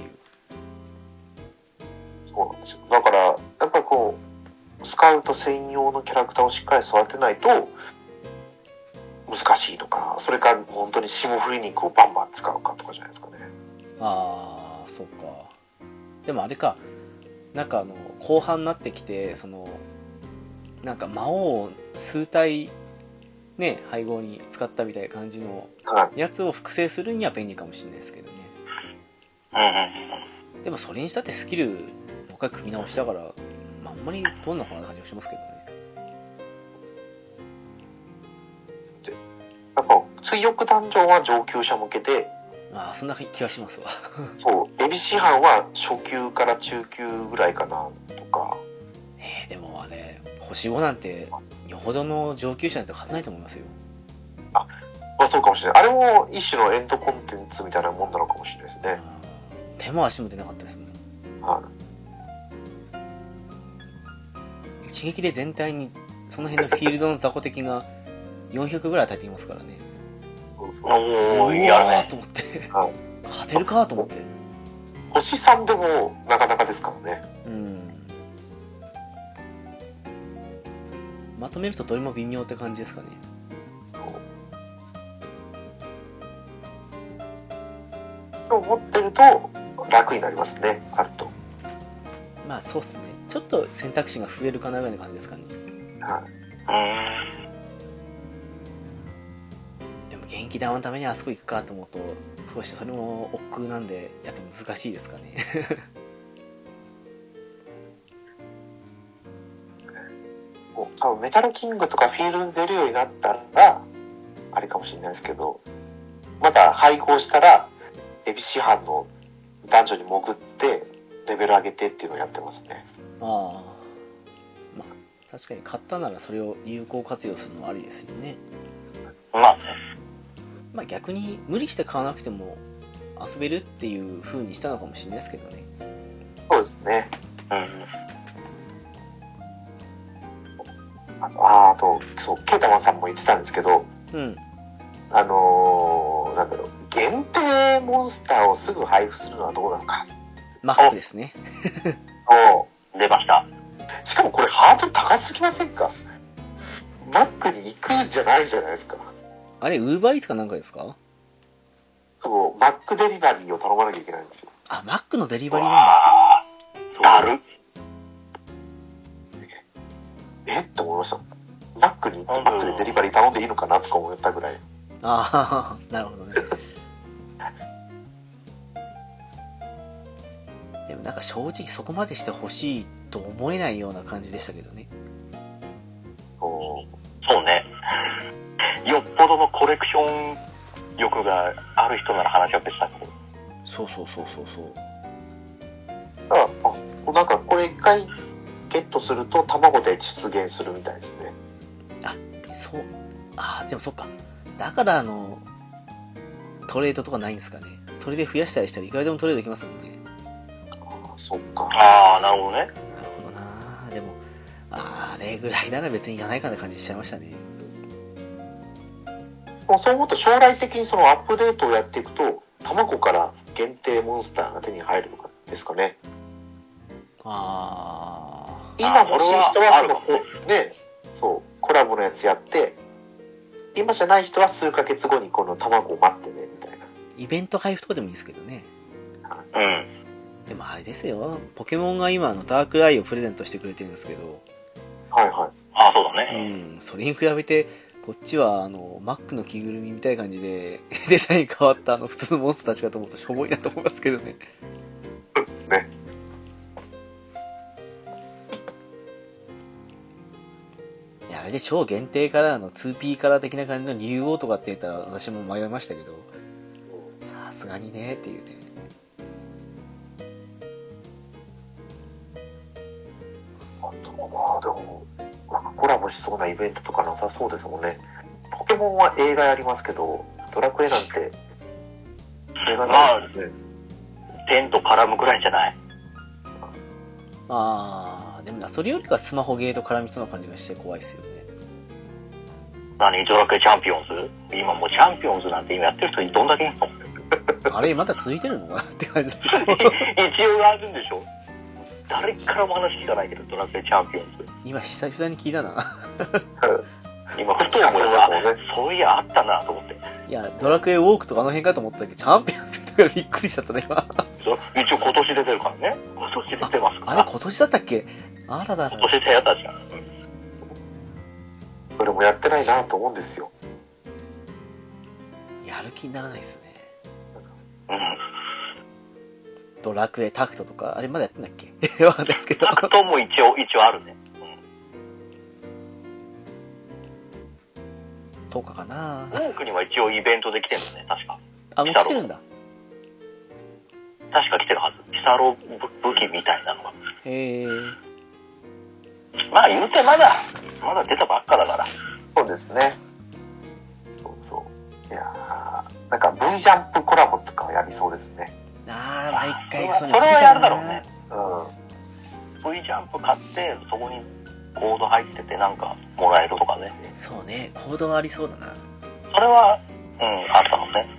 そうなんですよ。だからやっぱりスカウト専用のキャラクターをしっかり育てないと難しいのかな。それか本当に霜降り肉をバンバン使うかとかじゃないですかね。 そうか。でもあれか、 なんか後半になってきて、なんか魔王を数体ね、配合に使ったみたいな感じのやつを複製するには便利かもしれないですけどね。でもそれにしたってスキルもう一回組み直したから、まあ、あんまりどんな方な感じがしますけどね。 やっぱ追憶ダンジョンは上級者向けで、 ああ、そんな気がしますわ。 そう、エビシハンは初級から中級ぐらいかなとか。 でもあれ星5なんてよほどの上級者なんて勝てないと思いますよ。 まあそうかもしれない。あれも一種のエンドコンテンツみたいなもんなのかもしれないですね。 手も足も出なかったですもん。 はい。 一撃で全体にその辺のフィールドの雑魚敵が400ぐらい与えていますからね。 おー、いやね。 と思って、はい、勝てるかと思って。 星3でもなかなかですからね。 まとめるとどれも微妙って感じですかね。 と思ってると楽になりますね、あると。 まあそうっすね。ちょっと選択肢が増えるかなぐらいの感じですかね。 はい。 でも元気玉のためにあそこ行くかと思うと少しそれも億劫なんでやっぱ難しいですかね。 多分メタルキングとかフィールドに出るようになったらあれかもしれないですけど、まだ配合したらエビシハンのダンジョンに潜ってレベル上げてっていうのをやってますね。 ああ、まあ確かに買ったならそれを有効活用するのはありですよね。 まあ逆に無理して買わなくても遊べるっていう風にしたのかもしれないですけどね。 そうですね。あとそうケータマンさんも言ってたんですけど、なんだろう、限定モンスターをすぐ配布するのはどうなのか。 マックですね。 出ました。 しかもこれハードル高すぎませんか。マックに行くんじゃないじゃないですか。 あれウーバーイーツかなんかですか。 そう、マックデリバリーを頼まなきゃいけないんですよ。 あ、マックのデリバリーなんだ。 あるって思いました。マックに行ってマックでデリバリー頼んでいいのかなとか思ったぐらい。 ああ、なるほどね。でもなんか正直そこまでして欲しいと思えないような感じでしたけどね。 そうね。よっぽどのコレクション欲がある人なら話は別だけど。 そう。 なんかこれ一回ゲットすると卵で出現するみたいですね。 でもそっか。だからトレードとかないんですかね。それで増やしたりしたらいくらでもトレードできますもんね。 そっか。 なるほどね。 なるほどな。でもあれぐらいなら別にいらないかな感じしちゃいましたね。 そう思うと将来的にそのアップデートをやっていくと卵から限定モンスターが手に入るのかですかね。今欲しい人はね、そうコラボのやつやって、今じゃない人は数ヶ月後にこの卵を待ってねみたいな。 イベント配布とかでもいいですけどね。でもあれですよ、ポケモンが今ダークアイをプレゼントしてくれてるんですけど。 そうだね。 それに比べてこっちはマックの着ぐるみみたいな感じでデザイン変わった普通のモンスターたちかと思うとしょぼいなと思いますけどね。 ね。 あれで超限定カラーの 2P カラー的な感じの竜王とかって言ったら私も迷いましたけど、さすがにねっていうね。 でもコラボしそうなイベントとかなさそうですもんね。ポケモンは映画やりますけど、ドラクエなんて映画なんですね。 テンと絡むくらいじゃない。 でもそれよりかスマホゲーと絡みそうな感じがして怖いですよね。 ドラクエチャンピオンズ、今もうチャンピオンズなんて今やってる人にどんだけいるの。 あれまだ続いてるのかなって感じだけど。 一応あるんでしょ。誰からも話聞かないけど、ドラクエチャンピオンズ今久々に聞いたな。 今こっちがもうそういやあったなと思って。 いやドラクエウォークとかあの辺かと思ったけどチャンピオンズからびっくりしちゃったね、今。 一応今年出てるからね。今年出てますから。 あれ今年だったっけ？あらだら。 今年やったじゃん。 それもやってないなと思うんですよ。 やる気にならないですね。 うん。 ドラクエタクトとか、あれまだやってんだっけ？わかんないですけど。 タクトも一応あるね。 10日かな。 多くには一応イベントで来てるのね、確か。 あ、もう来てるんだ。 確か来てるはず。ピサロ武器みたいなのが。 へえ。 まあ言うてまだ出たばっかだから。 そうですね。そうそう。いやー、なんか V ジャンプコラボとかはやりそうですね。 ああ、毎回それはやるだろうね。 うん。 V ジャンプ買って、そこにコード入っててなんかもらえるとかね。 そうね、コードはありそうだな。 それは、あったのね。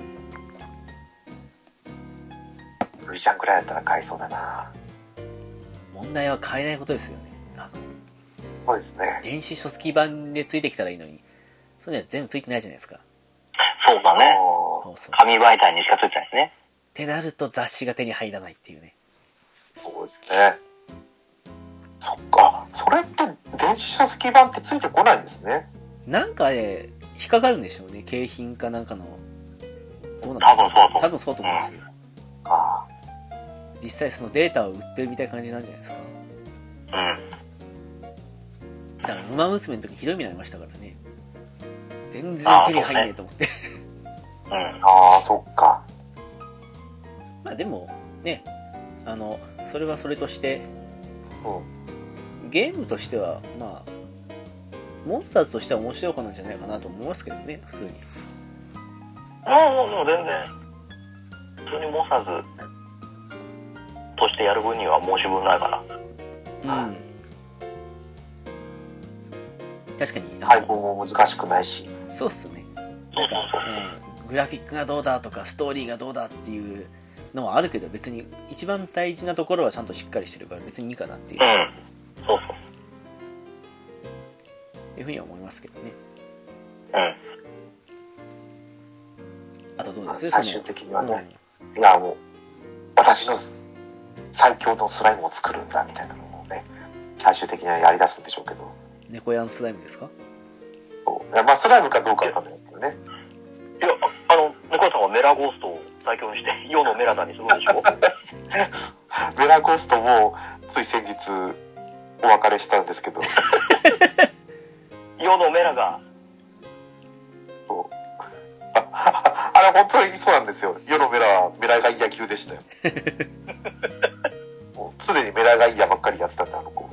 V ジャンぐらいだったら買いそうだな。 問題は買えないことですよね。 そうですね。 電子書籍版でついてきたらいいのに、そういうのは全部ついてないじゃないですか。 そうだね。 そうそう。 紙媒体にしかついてないですね。 ってなると雑誌が手に入らないっていうね。 そうですね。そっか。それって電子書籍版ってついてこないんですね。 なんかね、引っかかるんでしょうね。景品かなんかの。どうな多分そう多分そうと思うんですよ。 ああ。 実際そのデータを売ってるみたいな感じなんじゃないですか。だから馬娘の時ひどい目になりましたからね。全然手に入んねえと思って。 ああ、そっか。 まあでもね、それはそれとして、ゲームとしてはまあモンスターズとしては面白い方なんじゃないかなと思いますけどね、普通に。 もう全然普通にモンスターズとしてやる分には申し分ないから。 うん。確かに配分も難しくないし。 そうっすね。なんか、グラフィックがどうだとかストーリーがどうだっていうのはあるけど、別に一番大事なところはちゃんとしっかりしてるから別にいいかなっていう。 そうそう。 っていうふうには思いますけどね。あとどうです？ 最終的にはね、いやもう私の最強のスライムを作るんだみたいなのをね、最終的にはやり出すんでしょうけど。 猫屋のスライムですか？ いや、まあスライムかどうかわかんないですけどね。 いや、猫屋さんはメラゴーストを最強にして世のメラダにするんでしょメラゴーストもつい先日お別れしたんですけど世のメラがあれ本当にそうなんですよ。世のメラはメラガイヤ級でしたよもう常にメラガイヤばっかりやってたんで、あの子。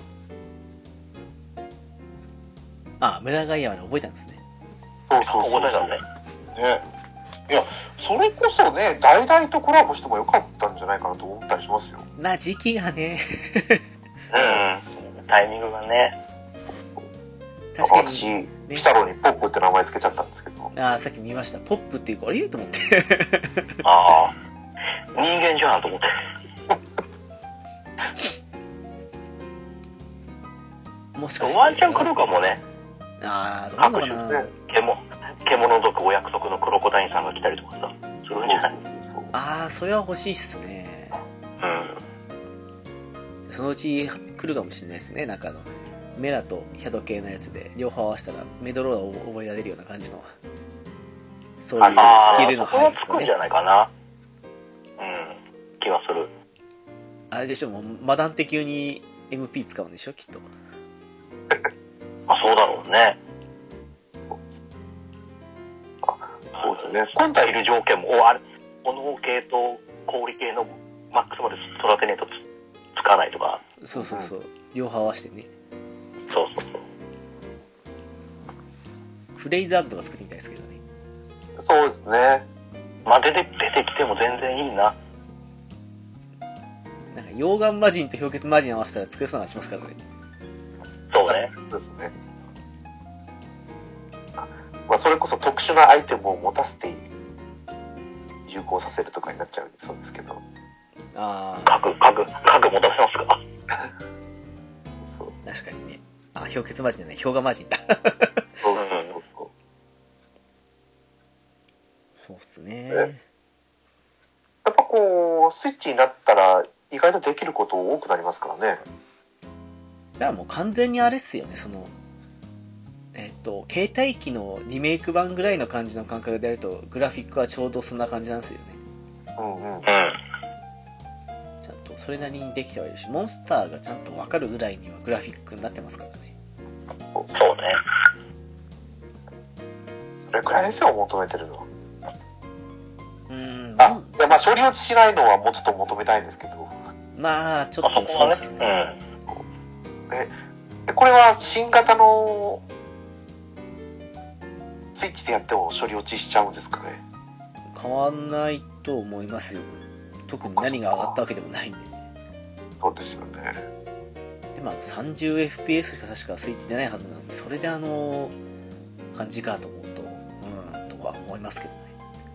あ、メラガイヤまで覚えたんですね。 そうそうそう。 覚えたんね。 ね。いや、それこそね、大々とコラボしてもよかったんじゃないかなと思ったりしますよ。 まあ時期がねタイミングがね。 確かに、 私、ピサロにポップって名前つけちゃったんですけど。 ああ、さっき見ました。ポップっていうか、あれと思ってああ、人間じゃんと思ってもしかしてワンチャン来るかもね。 ああ、どうなのかな。 獣族お約束のクロコダインさんが来たりとかさ、するんじゃない？ ああ、それは欲しいっすね。そのうち来るかもしれないですね。なんかメラとヒャド系のやつで両方合わせたらメドローラを覚えられるような感じの、そういうスキルの入りとかね。そこはつくんじゃないかな。気がする。 あれでしょ、もうマダンテ級に MP 使うんでしょ、きっと。 そうだろうね。 そうですね。 今回いる条件も、炎系と氷系のマックスまで育てねえとつかないとか。 そうそうそう。両方合わせてね。 そうそうそう。 フレイザーズとか作ってみたいですけどね。 そうですね。 まあ出てきても全然いいな。 なんか溶岩魔人と氷結魔人合わせたら作れそうな気しますからね。 そうね。 そうですね。まあ、それこそ特殊なアイテムを持たせて有効させるとかになっちゃうんそうですけど。 ああ。 家具持たせますか？ そう。確かにね。あ、氷結魔人じゃない、氷河魔人だ。 そうそうっすね。 スイッチになったら意外とできること多くなりますからね。 だからもう完全にあれっすよね、その携帯機のリメイク版ぐらいの感じの感覚でやるとグラフィックはちょうどそんな感じなんですよね。 うんうん。 ちゃんとそれなりにできてはいるし、モンスターがちゃんと分かるぐらいにはグラフィックになってますからね。 そうね。 それくらいですよ、求めてるのは。 まあ処理落ちしないのはもうちょっと求めたいんですけど。 まあちょっとそうですね。 これは新型のスイッチでやっても処理落ちしちゃうんですかね。 変わんないと思いますよ。特に何が上がったわけでもないんでね。 そうですよね。 でも30fps しか確かスイッチ出ないはずなので、それで感じかと思うととは思いますけどね。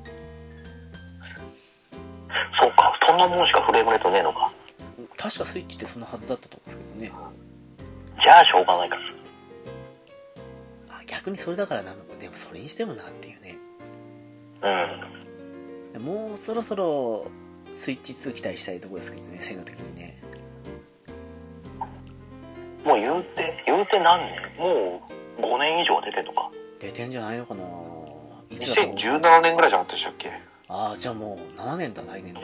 そうか、そんなもんしかフレームレートねえのか。 確かスイッチってそんなはずだったと思うんですけどね。 じゃあしょうがないから。 逆にそれだからなのか。でもそれにしてもなっていうね。もうそろそろスイッチ2期待したいところですけどね、性能的にね。 もう言うて何年？もう5年以上出てんのか。 出てんじゃないのかな。 いつだと2017年ぐらいじゃなかったでしたっけ。 じゃあもう7年だ、来年で。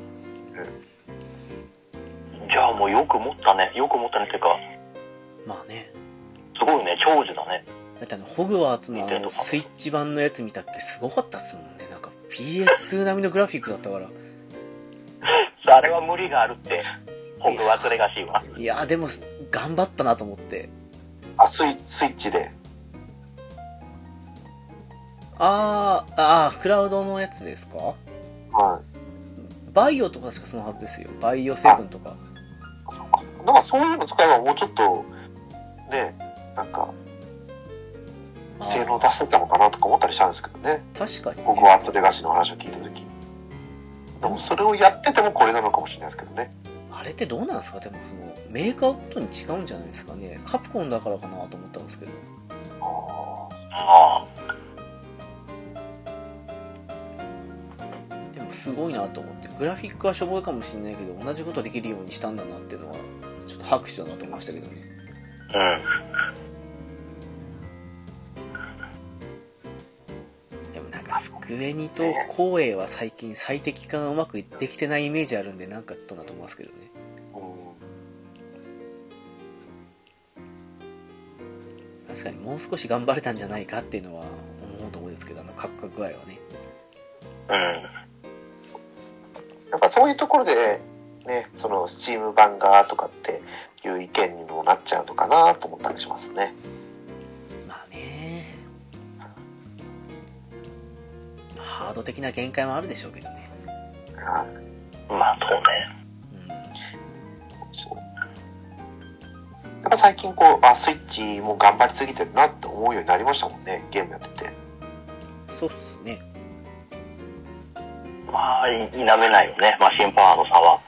じゃあもうよく持ったねっていうか、まあね、 すごいね、長寿だね。 だってホグワーツのスイッチ版のやつ見たっけ、すごかったっすもんね。なんか PS2 並みのグラフィックだったからあれは無理があるって、ホグワーツレガシーは。 いやでも頑張ったなと思って。 スイッチでクラウドのやつですか。 はい。 バイオとか確かそのはずですよ。バイオ7とか。 なんかそういうの使えばもうちょっとね、なんか性能出せたのかなとか思ったりしたんですけどね。 確かに、ね。 ホグワーツレガシーの話を聞いた時。でもそれをやっててもこれなのかもしれないですけどね。 あれってどうなんですか。でもそのメーカーごとに違うんじゃないですかね。カプコンだからかなと思ったんですけど。でもすごいなと思って、グラフィックはしょぼいかもしれないけど同じことできるようにしたんだなっていうのはちょっと拍手だなと思いましたけどね。でもなんかスクエニと光栄は最近最適化がうまくできてないイメージあるんで、なんかちょっとなと思いますけどね。確かにもう少し頑張れたんじゃないかっていうのは思うところですけど、カクカク具合はね。 やっぱそういうところでね、そのスチーム版がとかっていう意見にもなっちゃうのかなと思ったりしますね。 まあね、ハード的な限界もあるでしょうけどね。 まあそうね。 やっぱ最近こうスイッチも頑張りすぎてるなって思うようになりましたもんね、ゲームやってて。 そうっすね。 まあ否めないよね、マシンパワーの差は。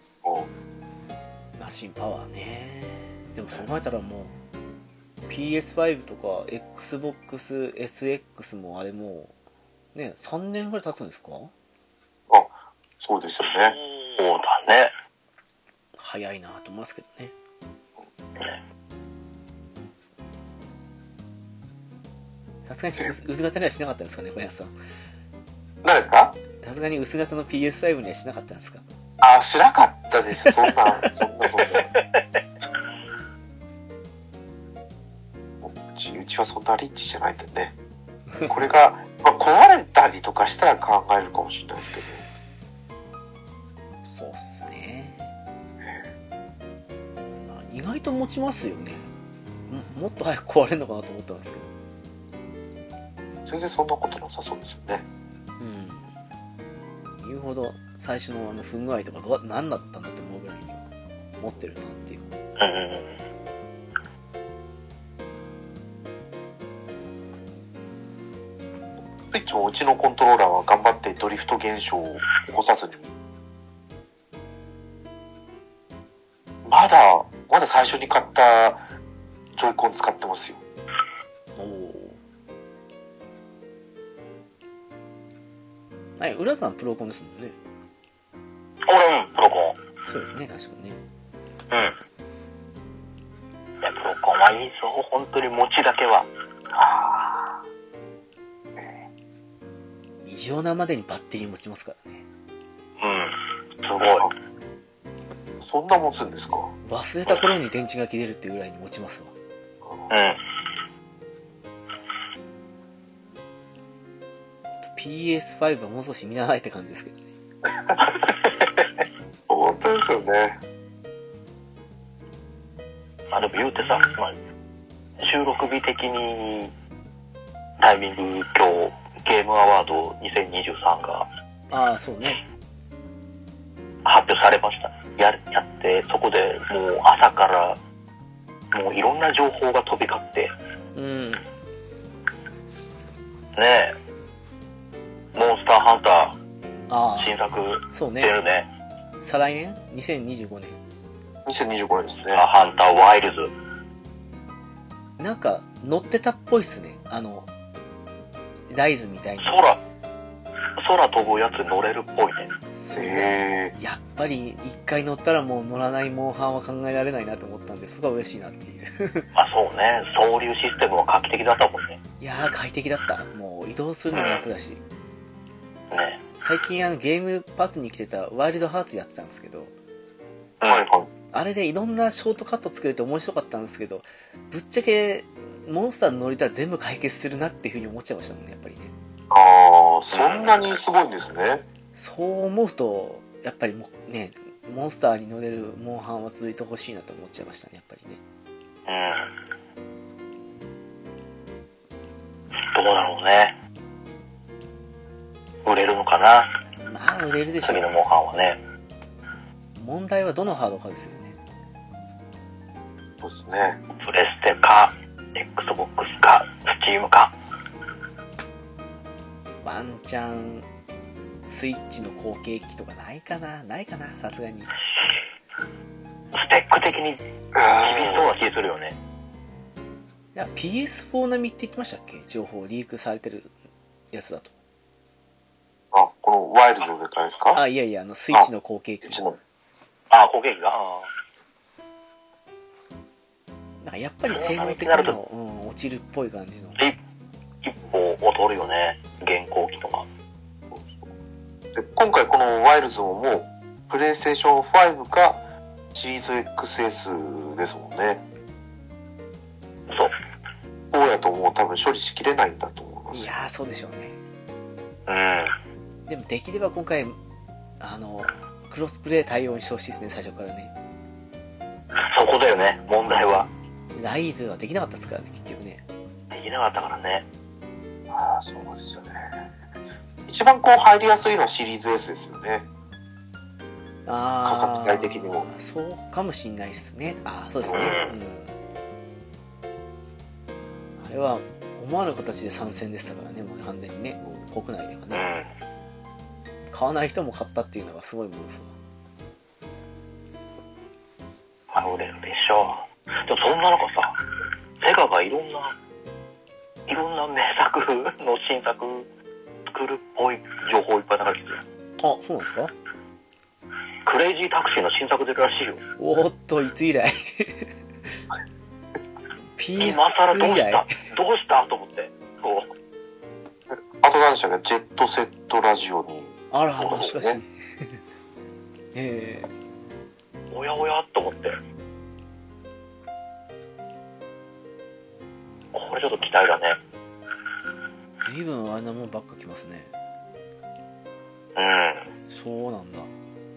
マシンパワーね。でもそう考えたらもう PS5 とか Xbox SX もあれもうね、3年ぐらい経つんですか。 そうですよね。 そうだね。 早いなと思いますけどね。さすがに薄型にはしなかったんですかね、小林さん。 何ですか。 さすがに薄型の PS5 にはしなかったんですか。 しなかったです。そんなうちはそんなリッチじゃないんでね。これが、壊れたりとかしたら考えるかもしれないですけど。 そうっすね。意外と持ちますよね。もっと早く壊れるのかなと思ったんですけど。 全然そんなことなさそうですよね。 言うほど最初の不具合とか何だったんだと思うぐらいには持ってるなっていう。 スイッチもうちのコントローラーは頑張ってドリフト現象を起こさずに、まだ最初に買ったジョイコン使ってますよ。 はい、浦さんプロコンですもんね。 俺、プロコン。 そうよね、確かにね。 うん。いや、プロコンはいいぞ、本当に持ちだけは。ああ。 異常なまでにバッテリー持ちますからね。 うん。すごい。 そんな持つんですか？ 忘れた頃に電池が切れるっていうぐらいに持ちますわ。 うん。 PS5 はもう少し見習いって感じですけどね。 本当ですよね。 でも言うてさ、収録日的にタイミング今日ゲームアワード2023がそうね、 発表されました。やって、そこでもう朝からもういろんな情報が飛び交って、ねえ、モンスターハンター新作出るね。 再来年2025年 2025年ですね。 ハンターワイルズ。 なんか乗ってたっぽいっすね。ライズみたいに空飛ぶやつ乗れるっぽいね。 そうね。やっぱり一回乗ったらもう乗らないモンハンは考えられないなと思ったんで、そこが嬉しいなっていう。 そうね。総流システムは画期的だったもんね。 いやー、快適だった。もう移動するのも楽だし。 ね。 最近ゲームパスに来てたワイルドハーツやってたんですけど、あれでいろんなショートカット作れて面白かったんですけど、ぶっちゃけモンスターの乗りたら全部解決するなっていう風に思っちゃいましたもんね、やっぱりね。 そんなにすごいんですね。 そう思うとやっぱりもうね、モンスターに乗れるモンハンは続いてほしいなと思っちゃいましたね、やっぱりね。 どうだろうね。売れるのかな。 まあ売れるでしょう。 次のモンハンはね。 問題はどのハードかですよね。 そうですね。 プレステか Xbox か Steam か。 ワンチャンスイッチの後継機とかないかな、さすがに。 スペック的に厳しそうな気するよね。 いや PS4 並みって言ってましたっけ、情報リークされてるやつだと。 このワイルドでかいですか？ いやいや、スイッチの後継機。 後継機がなんかやっぱり性能的には、落ちるっぽい感じの。 一歩劣るよね、現行機とか。 で今回このワイルズももうプレイステーション5かシリーズ XS ですもんね。そうやともう多分処理しきれないんだと思います。 いやー、そうでしょうね。 うん。 でもできれば今回クロスプレイ対応にしてほしいですね、最初からね。 そこだよね、問題は。 ライズはできなかったですからね、結局ね。 できなかったからね。 そうですよね。一番こう入りやすいのはシリーズ S ですよね。価格帯的にも。 そうかもしんないですね。そうですね。あれは思わぬ形で参戦でしたからね、もう完全にね、国内ではね。買わない人も買ったっていうのがすごいものですわ。 売れるでしょう。でもそんな中さ、セガがいろんな名作の新作作るっぽい情報いっぱい流れてる。 そうなんですか？ クレイジータクシーの新作出るらしいよ。 おっと、いつ以来PS2 今更以来どうしたと思って。 あと何でしたっけ、ジェットセットラジオに。 しかしおやおやと思って。これちょっと期待だね。 随分あんなもんばっか来ますね。そうなんだ。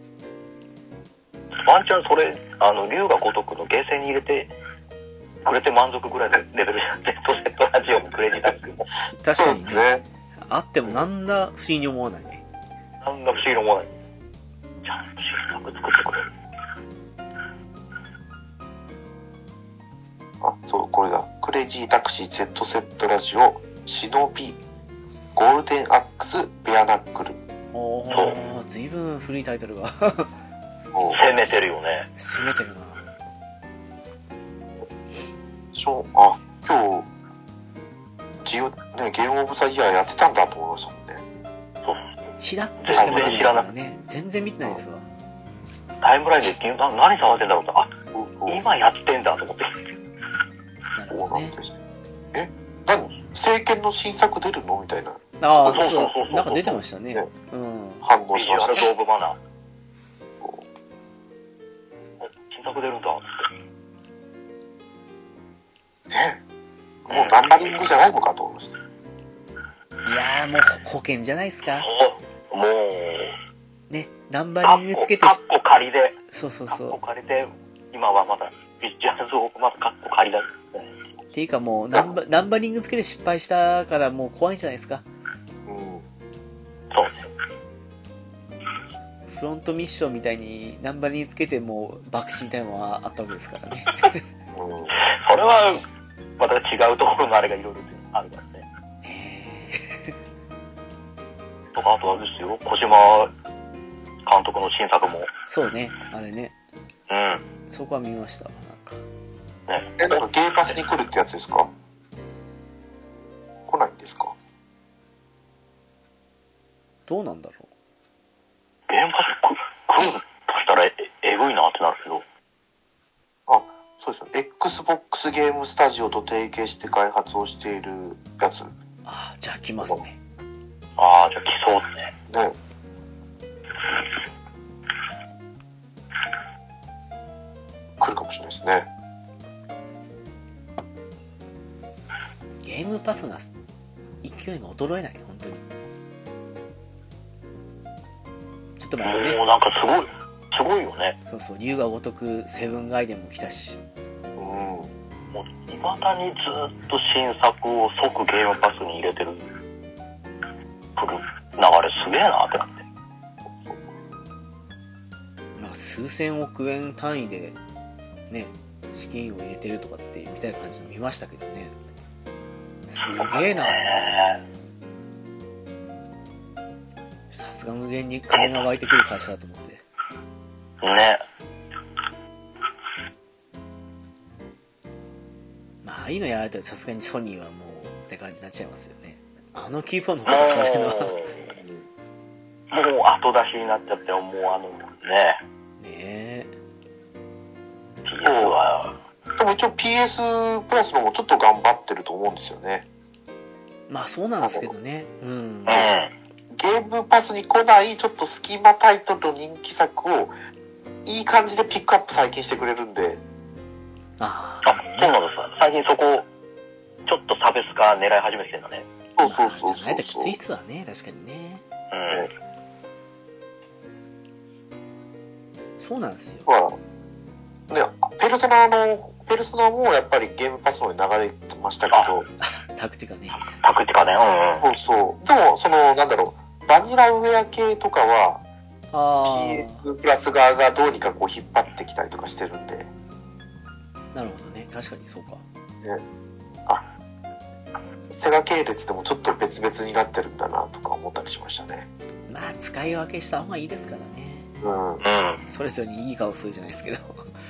ワンチャンそれ龍が如くのゲーセンに入れてくれて満足ぐらいのレベルじゃん。ジェットセットラジオもクレイジータックも。 確かにね。あってもなんだ不思議に思わないね。 なんだ不思議に思わない。ちゃんと新作作ってくれる。 そう、これだ。クレイジータクシー Z セットラジオ、忍び、ゴールデンアックス、ベアナックル。 ずいぶん古いタイトルが。 攻めてるよね。 攻めてるな。 今日、ゲームオブザイヤーやってたんだと思いましたもんね。 チラッとしか見てないからね。全然見てないですわ。 タイムラインで何触ってんだろうと、今やってんだと思って。 なるほどね。 政権の新作出るのみたいな。 ああ、そう。なんか出てましたね。うん。 反応しました。ビジュアルド・オブ・マナー。新作出るんだって。 もうナンバリングじゃないのかと思いました。 いやー、もう保険じゃないですか。 もう。 ね、ナンバリングつけて。 カッコ仮で。 そう。カッコ仮で、今はまだ、ビジュアルド・オブ・マナーカッコ仮だ。 っていうかもうナンバリングつけて失敗したからもう怖いんじゃないですか。 そう。 フロントミッションみたいにナンバリングつけても爆死みたいなのはあったわけですからね。 それはまた違うところのあれがいろいろあるからね。とかあとはですよ、小島監督の新作も。 そうね、あれね。 うん。 そこは見ましたわ。 なんかゲーパスに来るってやつですか？来ないんですか？ どうなんだろう。 ゲーパス来るとしたらえぐいなってなるけど。 あ、そうですよ。Xbox ゲームスタジオと提携して開発をしているやつ。 ああ、じゃあ来ますね。 ああ、じゃあ来そうですね。 ね。来るかもしれないですね。 ゲームパスが勢いが衰えない、本当に。ちょっと待ってね。 もうなんかすごいよね。 そう、龍が如くセブンガイデンも来たし。 もう未だにずっと新作を即ゲームパスに入れてる流れすげえなってなって。 なんか数千億円単位でね、資金を入れてるとかってみたいな感じの見ましたけどね。すげえなと思って。さすが無限に金が湧いてくる会社だと思って。 ね。 まあ、ああいうのやられたらさすがにソニーはもうって感じになっちゃいますよね。あのキーボードのことされるのはもう後出しになっちゃって、もうねえ PS はでも一応 PS プラスのもちょっと頑張ってると思うんですよね。 まあそうなんですけどね。 ゲームパスに来ないちょっと隙間タイトルの人気作をいい感じでピックアップ最近してくれるんで。 そうなんですか。最近そこちょっと差別化狙い始めてきてんだね。 そうじゃないときついっすわね、確かにね。そうなんですよ。 ね、ペルソナもやっぱりゲームパスのに流れてましたけど。 タクティカね。 そう。でも、なんだろう、バニラウェア系とかは、PS プラス側がどうにかこう引っ張ってきたりとかしてるんで。 なるほどね。確かにそうか。 セガ系列でもちょっと別々になってるんだなとか思ったりしましたね。 まあ、使い分けした方がいいですからね。それぞれにいい顔するじゃないですけど。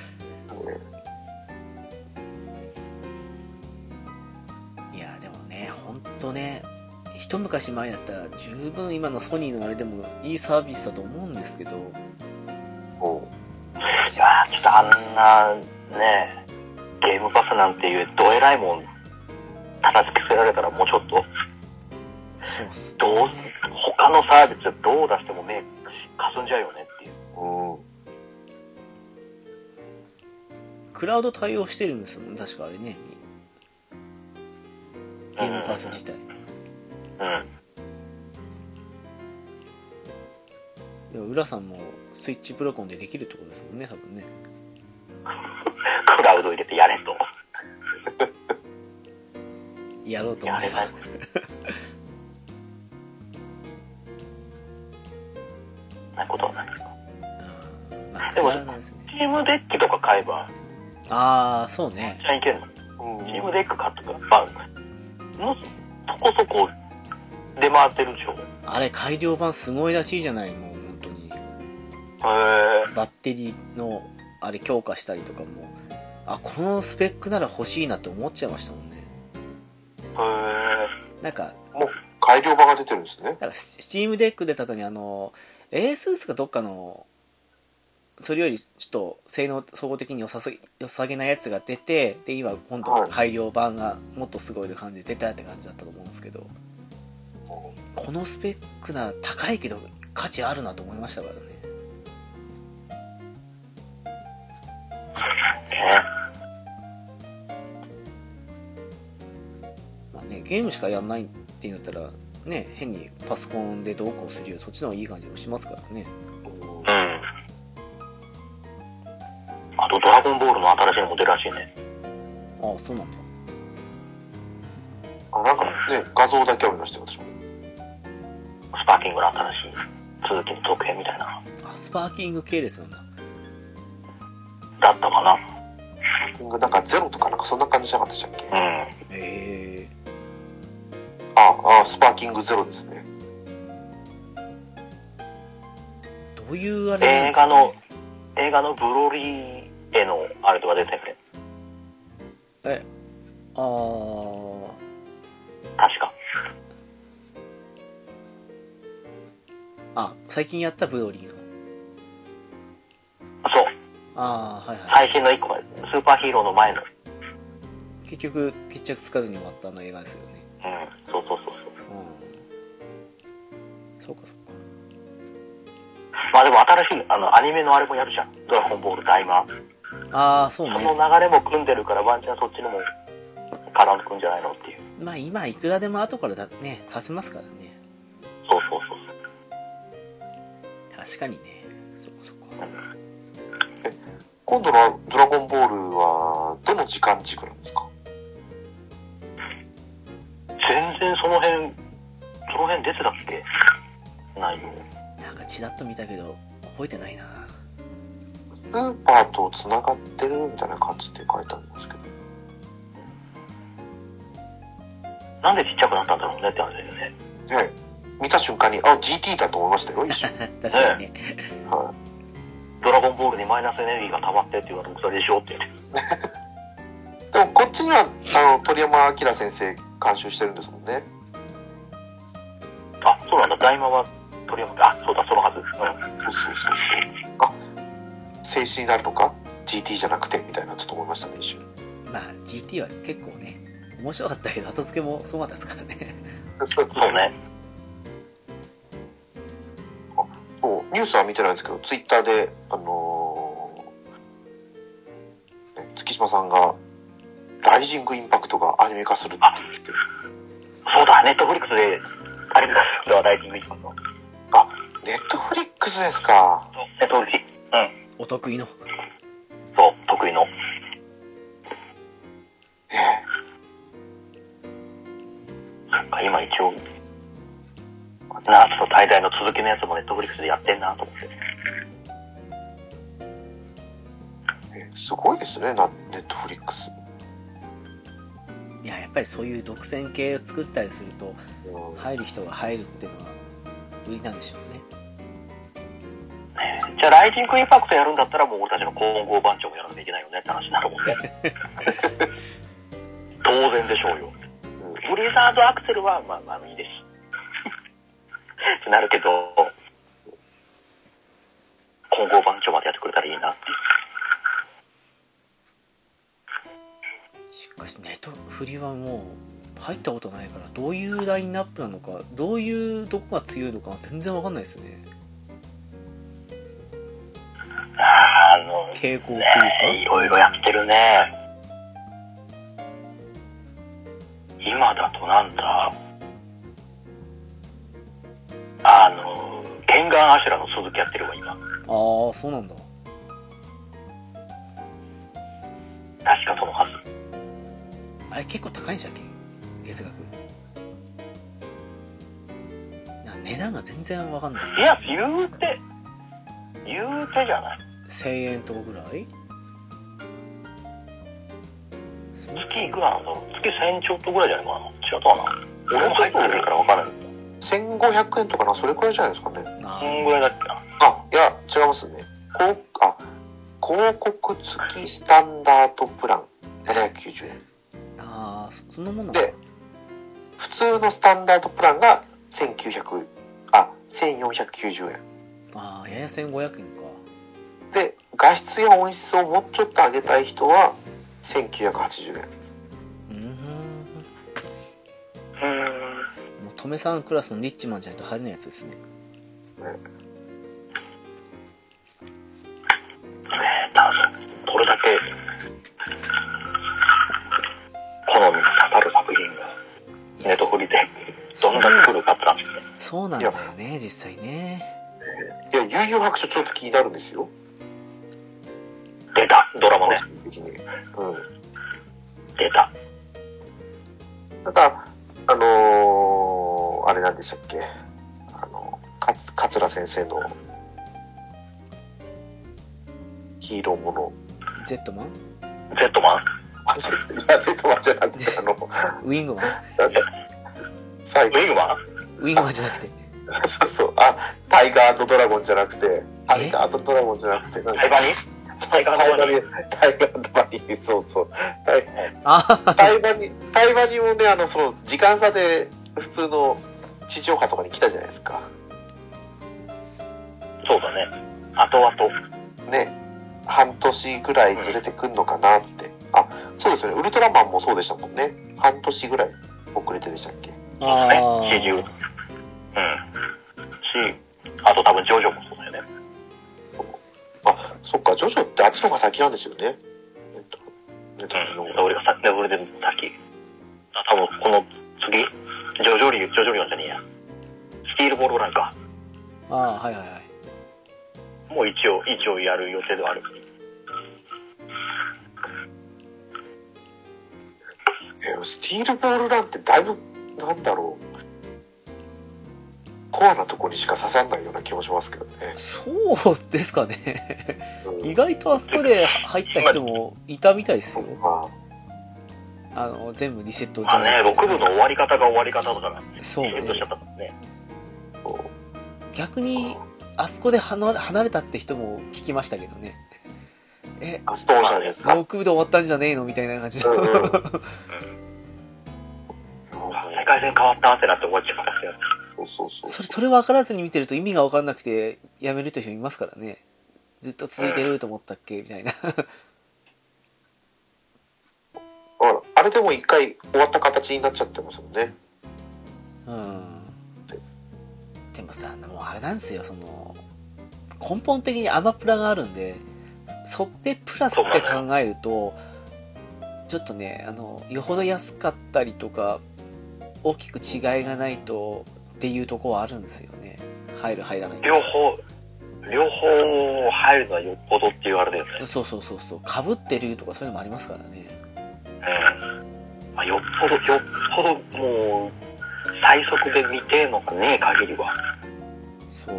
いや、でもね、ほんとね、一昔前だったら十分今のソニーのあれでもいいサービスだと思うんですけど。 いやちょっとあんなね、ゲームパスなんていうどえらいもん叩きつけられたらもうちょっと他のサービスでどう出しても目かすんじゃうよねっていう。 クラウド対応してるんですもん、確かあれね。ゲームパス自体。いや、浦さんもスイッチプロコンでできるってことですもんね、多分ね。 クラウド入れてやれと。 やろうと思えば。 ないことはないですか。 まあ、 でも、チームデッキとか買えば。 そうね。 じゃあいけるの。チームデッキ買っとか、そこそこ出回ってるでしょ。 あれ、改良版すごいらしいじゃない、もう本当に。バッテリーの、あれ強化したりとかも。このスペックなら欲しいなって思っちゃいましたもんね。なんか、 もう改良版が出てるんですね。 だから、スチームデック出た後にASUS かどっかのそれよりちょっと性能総合的に良さげなやつが出て、で今今度改良版がもっとすごい感じで出たって感じだったと思うんですけど、このスペックなら高いけど価値あるなと思いましたからね。まあね、ゲームしかやんないって言ったらね、変にパソコンでどうこうするよりそっちの方がいい感じもしますからね。 あとドラゴンボールの新しいのも出るらしいね。 ああ、そうなんだ。 なんかね、画像だけは見ましたよ、私も。 スパーキングの新しい続きの続編みたいな。 あ、スパーキング系列なんだ。 だったかな。 なんかゼロとかなんかそんな感じじゃなかったでしたっけ？スパーキングゼロですね。 どういうあれなんですかね。 映画のブロリーへのあれとか出てるね。確か。 最近やったブロリーの。 そう。 はいはい。 最新の1個前、スーパーヒーローの前の。 結局決着つかずに終わった映画ですよね。 そう。 そうか。 まあでも新しいアニメのあれもやるじゃん。ドラゴンボール大魔。 そうね。 その流れも組んでるからワンチャンそっちにも絡んでくんじゃないのっていう。 まあ今いくらでも後からね足せますからね。 そう。 確かにね。そっか。 今度のドラゴンボールはどの時間軸なんですか？ 全然その辺出てたっけ？ないよ。 なんかチラッと見たけど覚えてないな。 スーパーとつながってるみたいな感じって書いてあるんですけど。 なんでちっちゃくなったんだろうねって話だよね。 ね、見た瞬間にGT だと思いましたよ、一瞬。 確かにね。 はい。 ドラゴンボールにマイナスエネルギーが溜まってって言われてもそれでしょって言って。 でもこっちには鳥山明先生監修してるんですもんね。 そうなんだ。大魔は鳥山、そうだ、そのはず。 静止になるのか GT じゃなくてみたいなちょっと思いましたね、一瞬。 まあ GT は結構ね面白かったけど後付けもすごかったですからね。 そうね。 ニュースは見てないんですけど、ツイッターで月島さんがライジングインパクトがアニメ化するって言ってる。 そうだ、ネットフリックスでアニメ化するのはライジングインパクト。 ネットフリックスですか。 ネットフリックス。 お得意の。 そう、得意の。今一応ナースと滞在の続きのやつもネットフリックスでやってんなと思って。 すごいですね、ネットフリックス。 いや、やっぱりそういう独占系を作ったりすると入る人が入るっていうのが売りなんでしょうね。 じゃあライジングインパクトやるんだったらもう俺たちの混合番長もやらなきゃいけないよねって話になるもんね。当然でしょうよ。ブリザードアクセルはまあいいですってなるけど、混合番長までやってくれたらいいなっていう。 しかしネットフリはもう入ったことないからどういうラインナップなのか、どこが強いのか全然わかんないですね。傾向っていうか、 いろいろやってるね。今だとなんだ、ケンガンアシュラの鈴木やってるわ今。 そうなんだ。 確かそのはず。 あれ結構高いんでしたっけ、月額。値段が全然わかんない。 いや、言うてじゃない。 1000円とかぐらい。 月いくらなんだろう。月1000ちょっとぐらいじゃないかな。違ったかな。俺も入ってないから分からない。 1500円とかな、それくらいじゃないですかね。 そんぐらいだっけな。 いや違いますね。広告付きスタンダードプラン790円。 そんなもんなんだ。 で普通のスタンダードプランが1490円。 やや1500円か。 で画質や音質をもうちょっと上げたい人は1980円。 もうトメさんクラスのリッチマンじゃないと入れないやつですね。 これだけ好みに刺さる作品がネットフリでどんだけ来るかって話。 そうなんだよね、実際ね。 いや、悠々白書ちょっと気になるんですよ。 出た、ドラマね。出た。 ただ、あれなんでしたっけ、桂先生のヒーローもの。 ゼットマン？ ゼットマン？ いや、ゼットマンじゃなくて、 ウィングマン？ 最後。 ウィングマン？ ウィングマンじゃなくて。 そうそう。タイガー&ドラゴンじゃなくて、タイガー&ドラゴンじゃなくて、 タイバニ？タイガー&バニー、 そうそう。タイバニもね、その時間差で普通の地上波とかに来たじゃないですか。 そうだね。後々。 ね。半年ぐらいずれてくんのかなって。そうですよね。ウルトラマンもそうでしたもんね。半年ぐらい遅れてでしたっけ。 40。あと多分ジョジョもそうだよね。 そっか、ジョジョってあっちの方が先なんですよね。 俺が先。多分この次、ジョジョリオンじゃねえや。スティールボールランか。 はいはいはい。 もう一応やる予定ではある。 スティールボールランってだいぶ、なんだろう。コアなとこにしか刺さんないような気もしますけどね。 そうですかね。意外とあそこで入った人もいたみたいですよ。全部リセットじゃないですか。 6部の終わり方が終わり方だから。 そうね。 リセットしちゃったからね。 逆に、あそこで離れたって人も聞きましたけどね。 そうなんですか。 6部で終わったんじゃねえのみたいな感じで。 世界線変わったってなって終わっちゃったから。 それ分からずに見てると意味が分かんなくてやめるという人いますからね。ずっと続いてると思ったっけみたいな。 あれでも一回終わった形になっちゃってますもんね。 でもさ、もうあれなんですよ、根本的にアマプラがあるんで、そこでプラスって考えるとちょっとね、よほど安かったりとか大きく違いがないとっていうところはあるんですよね。入る入らない。 両方入るのはよっぽどって言われてるね。 そう。被ってるとかそういうのもありますからね。 よっぽどもう最速で見てえのがねえ限りは。 そう。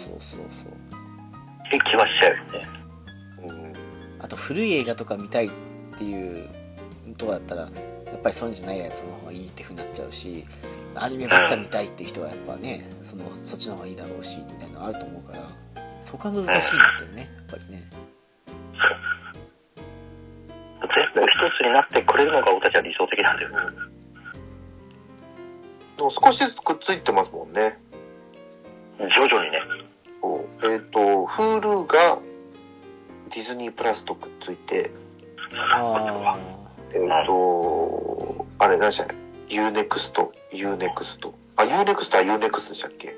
って気はしちゃうよね。 あと古い映画とか見たいっていうとこだったらやっぱりそうじゃないやつの方がいいってふうになっちゃうし、アニメばっか見たいっていう人はやっぱね、そっちの方がいいだろうしみたいなのあると思うから、そこは難しいなってね、やっぱりね。 全部一つになってくれるのが俺たちは理想的なんだよね。 でも少しずつくっついてますもんね。 徐々にね。 Hulu がディズニープラスとくっついて、あれ何でしたっけ、Unext。Unext は Unext でしたっけ？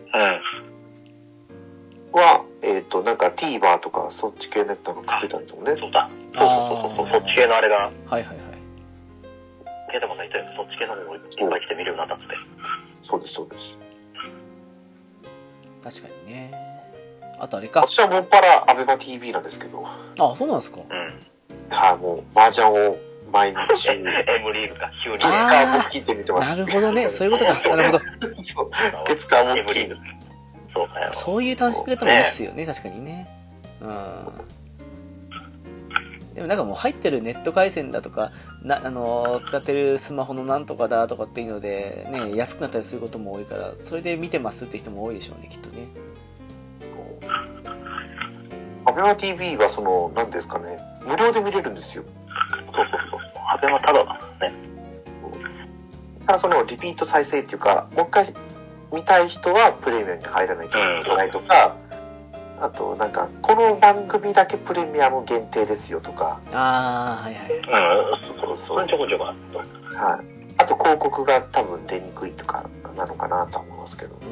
は、なんか TVer とかそっち系のやつがくっついたんですもんね。 そうだ。そう。そっち系のあれが。 はい。 ケイタマンが言ったようにそっち系のもいっぱい来て見るようになったって。 そうです。 確かにね。あとあれか。 私はもっぱらアベマ TV なんですけど。 そうなんですか。 もう麻雀を毎日。 エムリーグか、 週に。月火木金って見てます。 なるほどね、そういうことか。なるほど。 月火木金。 そういう楽しみ方もいいっすよね、確かにね。でもなんかもう入ってるネット回線だとか使ってるスマホのなんとかだとかっていうのでね、安くなったりすることも多いから、それで見てますって人も多いでしょうね、きっとね。 アベマ TV は何ですかね、無料で見れるんですよ。 そう。アベマタダだね。 ただリピート再生っていうか、もう一回見たい人はプレミアムに入らないといけないとか、 あとなんかこの番組だけプレミアム限定ですよとか、 ああはいはい、 そうちょこちょこあった。 はい。あと広告が多分出にくいとかなのかなと思いますけど。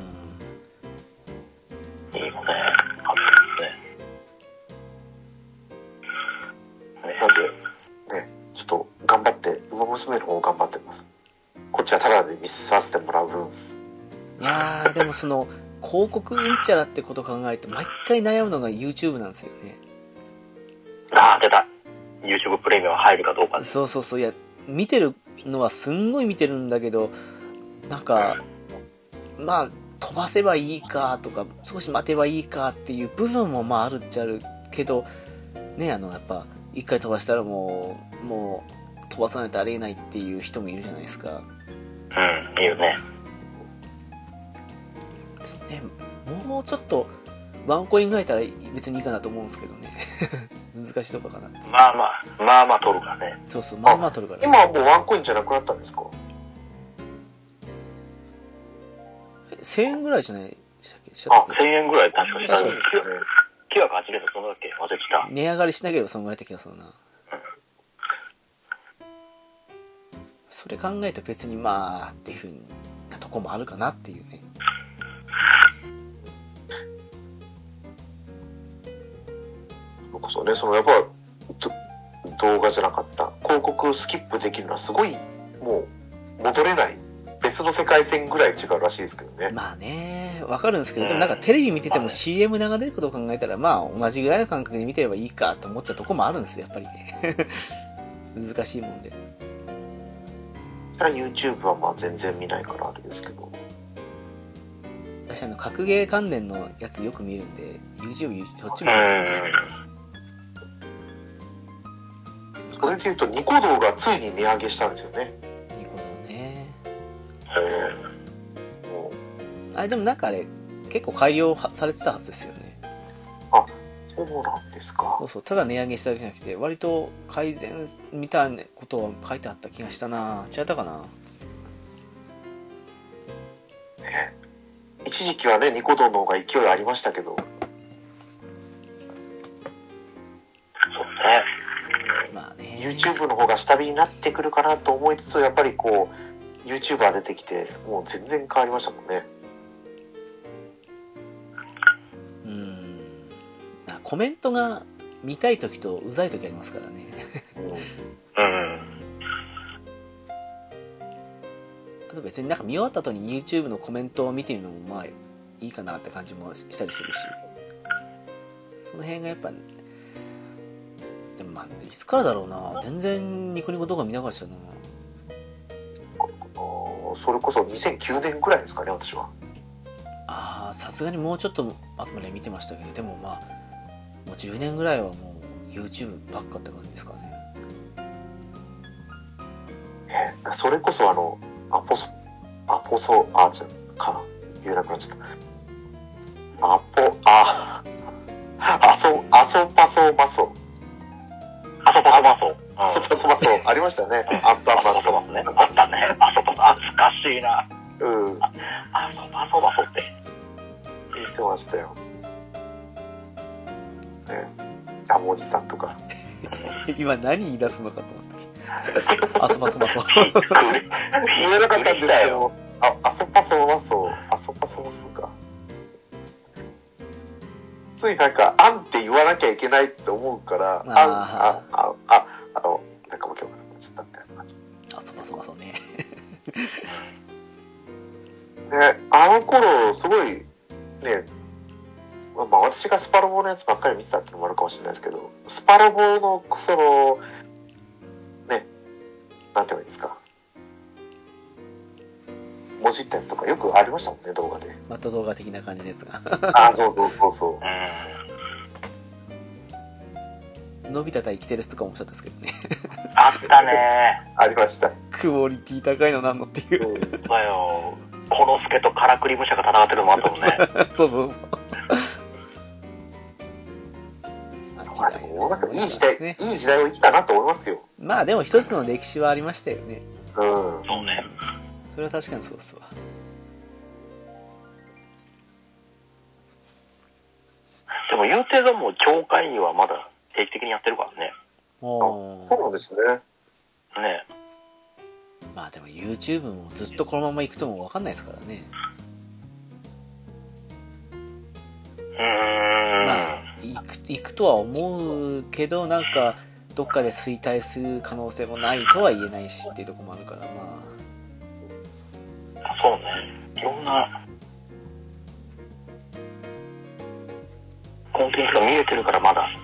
いいのね。 なんでね、ちょっと頑張って馬娘の方頑張ってます。こっちはタダで見させてもらう分。 いやーでもその広告うんちゃらってことを考えると毎回悩むのが YouTube なんですよね。 ああ出た。YouTube プレミアム入るかどうか。 そうそうそう、いや見てるのはすんごい見てるんだけど、なんかまあ飛ばせばいいかとか少し待てばいいかっていう部分もまああるっちゃあるけどね、やっぱ一回飛ばしたらもう飛ばさないとありえないっていう人もいるじゃないですか。 いるね。 ね、もうちょっとワンコインがいたら別にいいかなと思うんですけどね。難しいとこかなって。 まあまあ取るからね。 そうそう、まあまあ取るから、ね。 今はもうワンコインじゃなくなったんですか ？1000円ぐらいじゃないでしたっけ ？1000円ぐらい確かに。980円でそんなだっけ忘れてた。 値上がりしなければそんぐらいだった気がするな。それ考えると別にまあっていうふうなとこもあるかなっていうね。 そうこそね、そのやっぱ動画じゃなかった広告スキップできるのはすごいもう戻れない別の世界線ぐらい違うらしいですけどね。 まあね、わかるんですけど、でもなんかテレビ見てても CM 流れることを考えたらまあ同じぐらいの感覚で見てればいいかと思っちゃうとこもあるんですよやっぱりね。難しいもんで。 YouTube はまあ全然見ないからあれですけど、 私格ゲー関連のやつよく見るんで YouTube しょっちゅう見ますね。 それでいうとニコ動がついに値上げしたんですよね。 ニコ動ね。 もあれでもなんかあれ結構改良されてたはずですよね。 あ、そうなんですか。 そうそう、ただ値上げしただけじゃなくて割と改善みたいなことは書いてあった気がしたな。違ったかな。 ね、一時期はねニコ動の方が勢いありましたけど。 そうね。 まあね。 YouTube の方が下火になってくるかなと思いつつ、やっぱりこう YouTuber 出てきてもう全然変わりましたもんね。 コメントが見たい時とうざい時ありますからね。あと別になんか見終わった後に YouTube のコメントを見てみるのもまあいいかなって感じもしたりするし、その辺がやっぱ、でもまあいつからだろうな、全然ニコニコ動画見なかったな。 それこそ2009年ぐらいですかね、私は。 ああ、さすがにもうちょっと後まで見てましたけど、でもまあもう10年ぐらいはもう YouTube ばっかって感じですかね。 それこそアポソアーチかな、言えなくなっちゃった。アソパソマソありましたね。アンパンマンね、あったね。アソパソ懐かしいな。アソパソって言ってましたよ。ジャムおじさんとか。 今何言い出すのかと思った。アソパソマソ。 言えなかったんですけど、アソパソマソか。ついなんかアンって言わなきゃいけないって思うから、なんかもう今日からちょっとみたいな感じ。 アソパソマソね。 あの頃すごいね。まあ私がスパロボのやつばっかり見てたっていうのもあるかもしれないですけど、スパロボのそのね、なんて言うんですか、文字ったやつとかよくありましたもんね、動画で。 マット動画的な感じですが。 そう。 のび太対キテレスとか面白かったですけどね。 あったね。 ありました。 クオリティ高いのなんのっていう。 だよ。コロスケとカラクリ武者が戦ってるのもあったもんね。 そう。 いい時代を生きたなと思いますよ。 まあでも一つの歴史はありましたよね。 そうね。 それは確かにそうっすわ。 言うてがもう教会にはまだ定期的にやってるからね。 そうなんですね。 ね。 まあでも YouTube もずっとこのまま行くとも分かんないですからね。まあ行くとは思うけど、なんかどっかで衰退する可能性もないとは言えないしっていうところもあるから、まあ。そうね。いろんなコンテンツが見えてるからまだ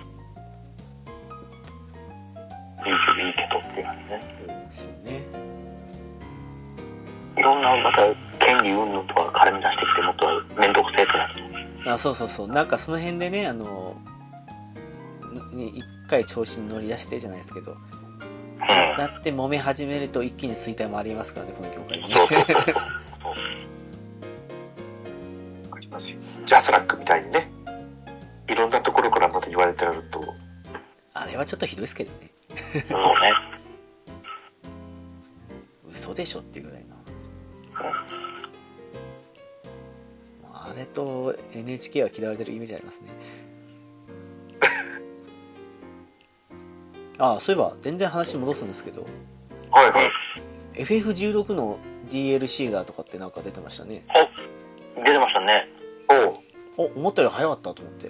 YouTubeいいけどっていう感じね。 そうね。 いろんなまた権利云々とか絡み出してきてもっと面倒くせえってなる。 そうそうそう、なんかその辺でね、一回調子に乗り出してじゃないですけど、だって揉め始めると一気に衰退もありますからね、この業界にね。 ありますよ。ジャスラックみたいにね、いろんなところからまた言われてやると、 あれはちょっとひどいですけどね。 そうね。 嘘でしょっていうぐらいの。あれと NHK は嫌われてるイメージありますね。そういえば全然話戻すんですけど、 はいはい。 FF16 の DLC がとかってなんか出てましたね。 出てましたね。 思ったより早かったと思って。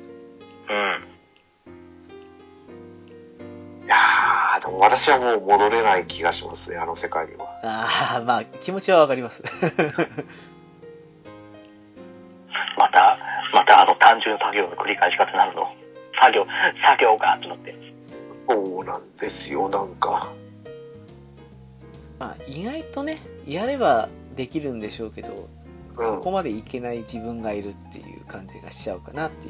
いやー、でも私はもう戻れない気がしますね、あの世界には。 まあ気持ちはわかります。 また単純作業の繰り返し方になるの。作業がってなって。 そうなんですよ、なんか。 まあ意外とね、やればできるんでしょうけど、そこまでいけない自分がいるっていう感じがしちゃうかなっていう。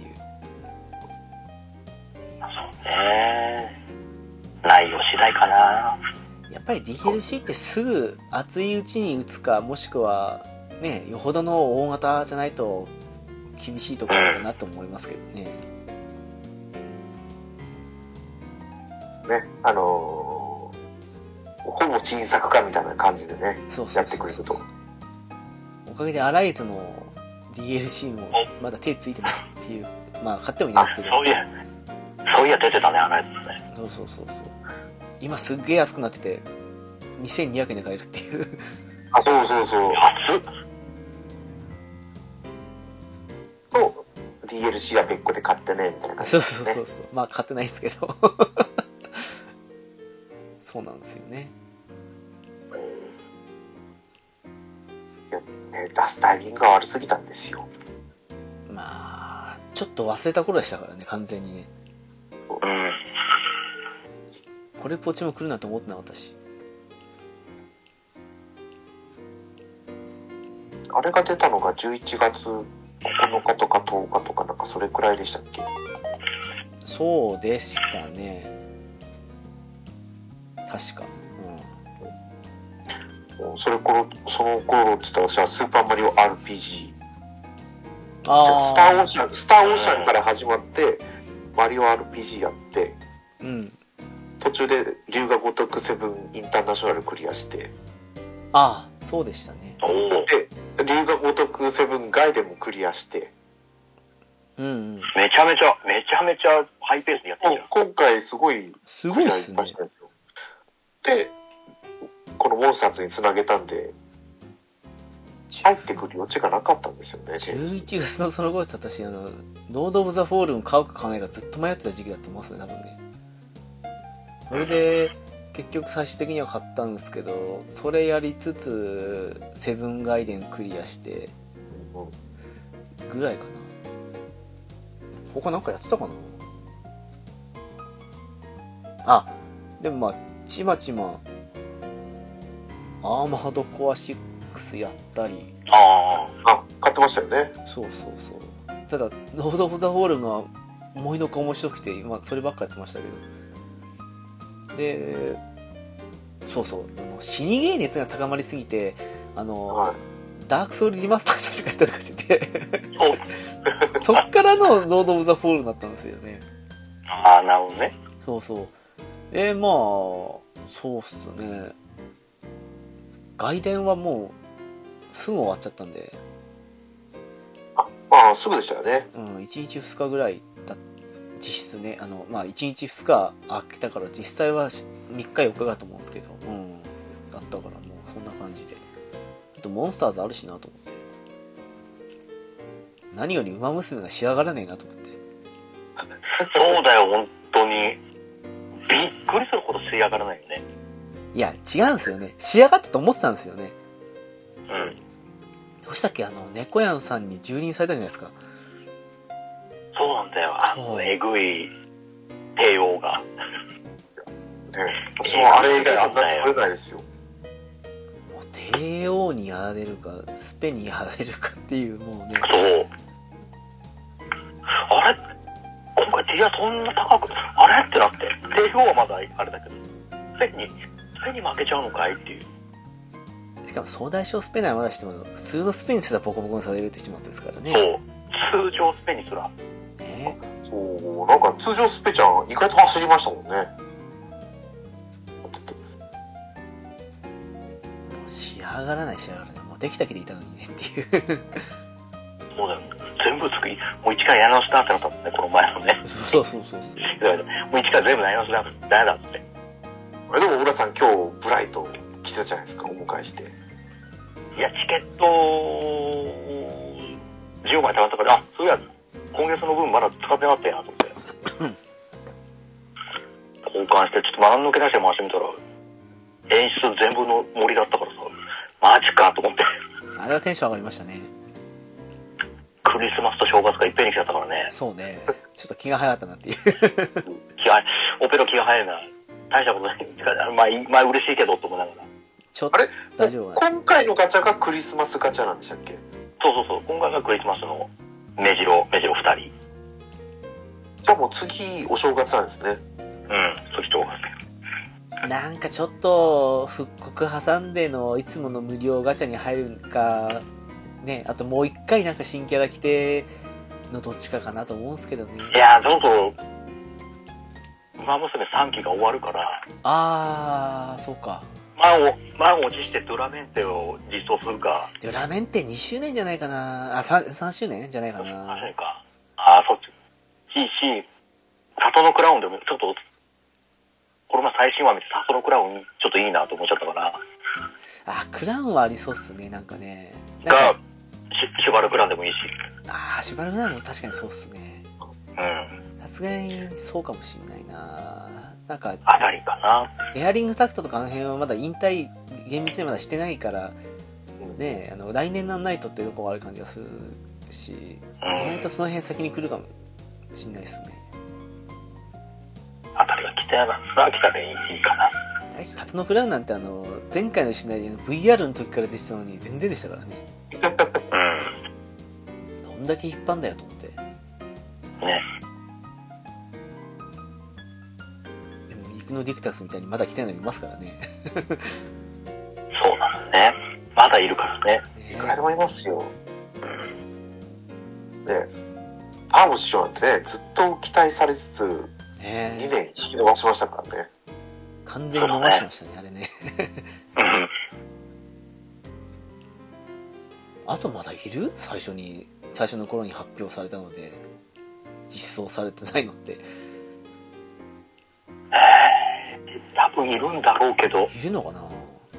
そうね。内容次第かな。 やっぱり DLC ってすぐ熱いうちに打つか、もしくはね、よほどの大型じゃないと厳しいところだなと思いますけどね。 ほぼ新作かみたいな感じでね、やってくれると。 おかげでアライズの DLC もまだ手ついてないっていう、まあ買ってもいいんですけど。 そういや出てたね、アライズね。 そう。今すっげえ安くなってて、2200円で買えるっていう。 そう。 安っ。 と、DLC は別個で買ってね、みたいな感じですね。 そう。まあ買ってないですけど。そうなんですよね。 出すタイミングが悪すぎたんですよ。 まあ、ちょっと忘れた頃でしたからね、完全にね。これポチも来るなんて思ってなかったし。 あれが出たのが11月9日とか10日とかなんかそれくらいでしたっけ？ そうでしたね。確か。 その頃って言ったら私はスーパーマリオ RPG。スターオーシャンから始まって、マリオ RPG やって、途中で龍が如く7インターナショナルクリアして、 そうでしたね。 で、龍が如く7ガイデンもクリアして、 めちゃめちゃハイペースでやってるじゃん。 今回すごいっすね。 で、このモンスターズにつなげたんで、入ってくる余地がなかったんですよね。 11月のその後です。私ロード・オブ・ザ・フォールン買うか買わないかずっと迷ってた時期だと思いますね、多分ね。それで結局最終的には買ったんですけど、それやりつつセブンガイデンクリアしてぐらいかな。他なんかやってたかな。でもまあちまちまアーマードコア6やったり。 買ってましたよね。 そう。ただロード・オブ・ザ・フォールンが思いのほか面白くて今そればっかやってましたけど。で、死にゲー熱が高まりすぎてダークソウルリマスター確かやったりとかしててそっからのロード・オブ・ザ・フォールになったんですよね。 なるほどね。 そう。まあそうっすね。外伝はもうすぐ終わっちゃったんで。 まあ、すぐでしたよね。 うん、1日2日ぐらいだ、実質ね。まあ、1日2日空けたから、実際は3日4日だと思うんですけど、うん。だったから、もうそんな感じで。あと、モンスターズあるしなと思って。何より馬娘が仕上がらねえなと思って。 そうだよ、本当に。びっくりするほど仕上がらないよね。 いや、違うんですよね。仕上がったと思ってたんですよね。 うん。 どうしたっけ、猫やんさんに蹂躙されたじゃないですか。 そうなんだよ。えぐい帝王が。 私もあれ以外あんなに取れないですよ。 もう帝王にやられるか、スペにやられるかっていう、もうね。 そう。あれ今回ティアそんな高く、あれってなって。帝王はまだあれだけど、スペに負けちゃうのかいっていう。 しかも総大将スペならまだしても、普通のスペにすらボコボコにされるって始末ですからね。 そう。通常スペにすら。 ね、 そう、なんか通常スペちゃん意外と走りましたもんね。 仕上がらない。もうできたけでいたのにねっていう。 そうだよ。全部作り、もう一からやり直しだってなったもんね、この前のね。 そう。もう一から全部やり直しだって、ダメだって。 でも、浦さん今日、ブライト来てたじゃないですか、お迎えして。 いや、チケット、10枚貯まったから、そういや、今月の分まだ使ってなかったやなと思って。交換して、ちょっと間抜け出して回してみたら、演出全部の森だったからさ、マジかと思って。 あれはテンション上がりましたね。 クリスマスと正月がいっぺんに来ちゃったからね。 そうね。ちょっと気が早かったなっていう。 オペラ気が早いな。大したことない。まあ嬉しいけどと思いながら。 ちょっと、大丈夫かな。 今回のガチャがクリスマスガチャなんでしたっけ？ そう。今回がクリスマスの目白2人。 じゃあもう次、お正月なんですね。 うん、次正月。 なんかちょっと、復刻挟んでのいつもの無料ガチャに入るか、ね、あともう一回なんか新キャラ来てのどっちかかなと思うんですけどね。 いやー、そう馬娘3期が終わるから。 そうか。 満を持してドラメンテを実装するか。 ドラメンテ2周年じゃないかな。3周年じゃないかな。 3周年か。そっち。里のクラウンでもちょっと、この前最新話見て里のクラウンちょっといいなと思っちゃったから。 クラウンはありそうっすね、なんかね。 シュバルクラウンでもいいし。 シュバルクラウンも確かにそうっすね。 うん。 さすがにそうかもしんないな。なんか、 あたりかな。 エアリングタクトとかあの辺はまだ引退、厳密にまだしてないから、ね、来年なんないとってよくある感じがするし、意外とその辺先に来るかもしんないですね。 あたりが来たらいいかな。 大地里のクラウンなんて前回のシナリオの VR の時から出てたのに全然でしたからね。どんだけ引っ張んだよと思って。 ね。 でもイクノディクタスみたいにまだ来てないのいますからね。 そうなのね。まだいるからね。 いくらでもいますよ。ね、パーム師匠なんてね、ずっと期待されつつ、2年引き延ばしましたからね。 完全に伸ばしましたね、あれね。あとまだいる？最初の頃に発表されたので、実装されてないのって。 多分いるんだろうけど。 いるのかな？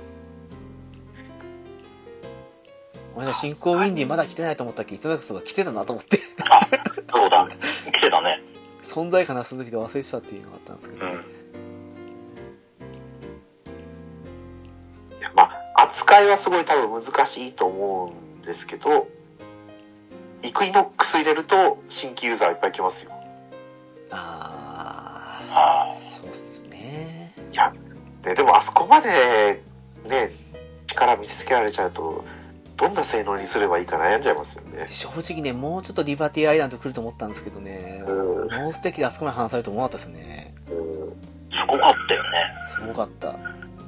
お前の新興ウィンディまだ来てないと思ったっけ？いつの間にか来てたなと思って。 そうだ。来てたね。 存在感なさすぎて忘れてたっていうのがあったんですけど、ね。 扱いはすごい多分難しいと思うんですけど、イクイノックス入れると新規ユーザーいっぱい来ますよ。 そうっすね。 いや、ね、でもあそこまでね、力見せつけられちゃうと、どんな性能にすればいいか悩んじゃいますよね。 正直ね、もうちょっとリバティアイランド来ると思ったんですけどね、ノンステーキであそこまで離されると思わなかったですね。 すごかったよね。 すごかった。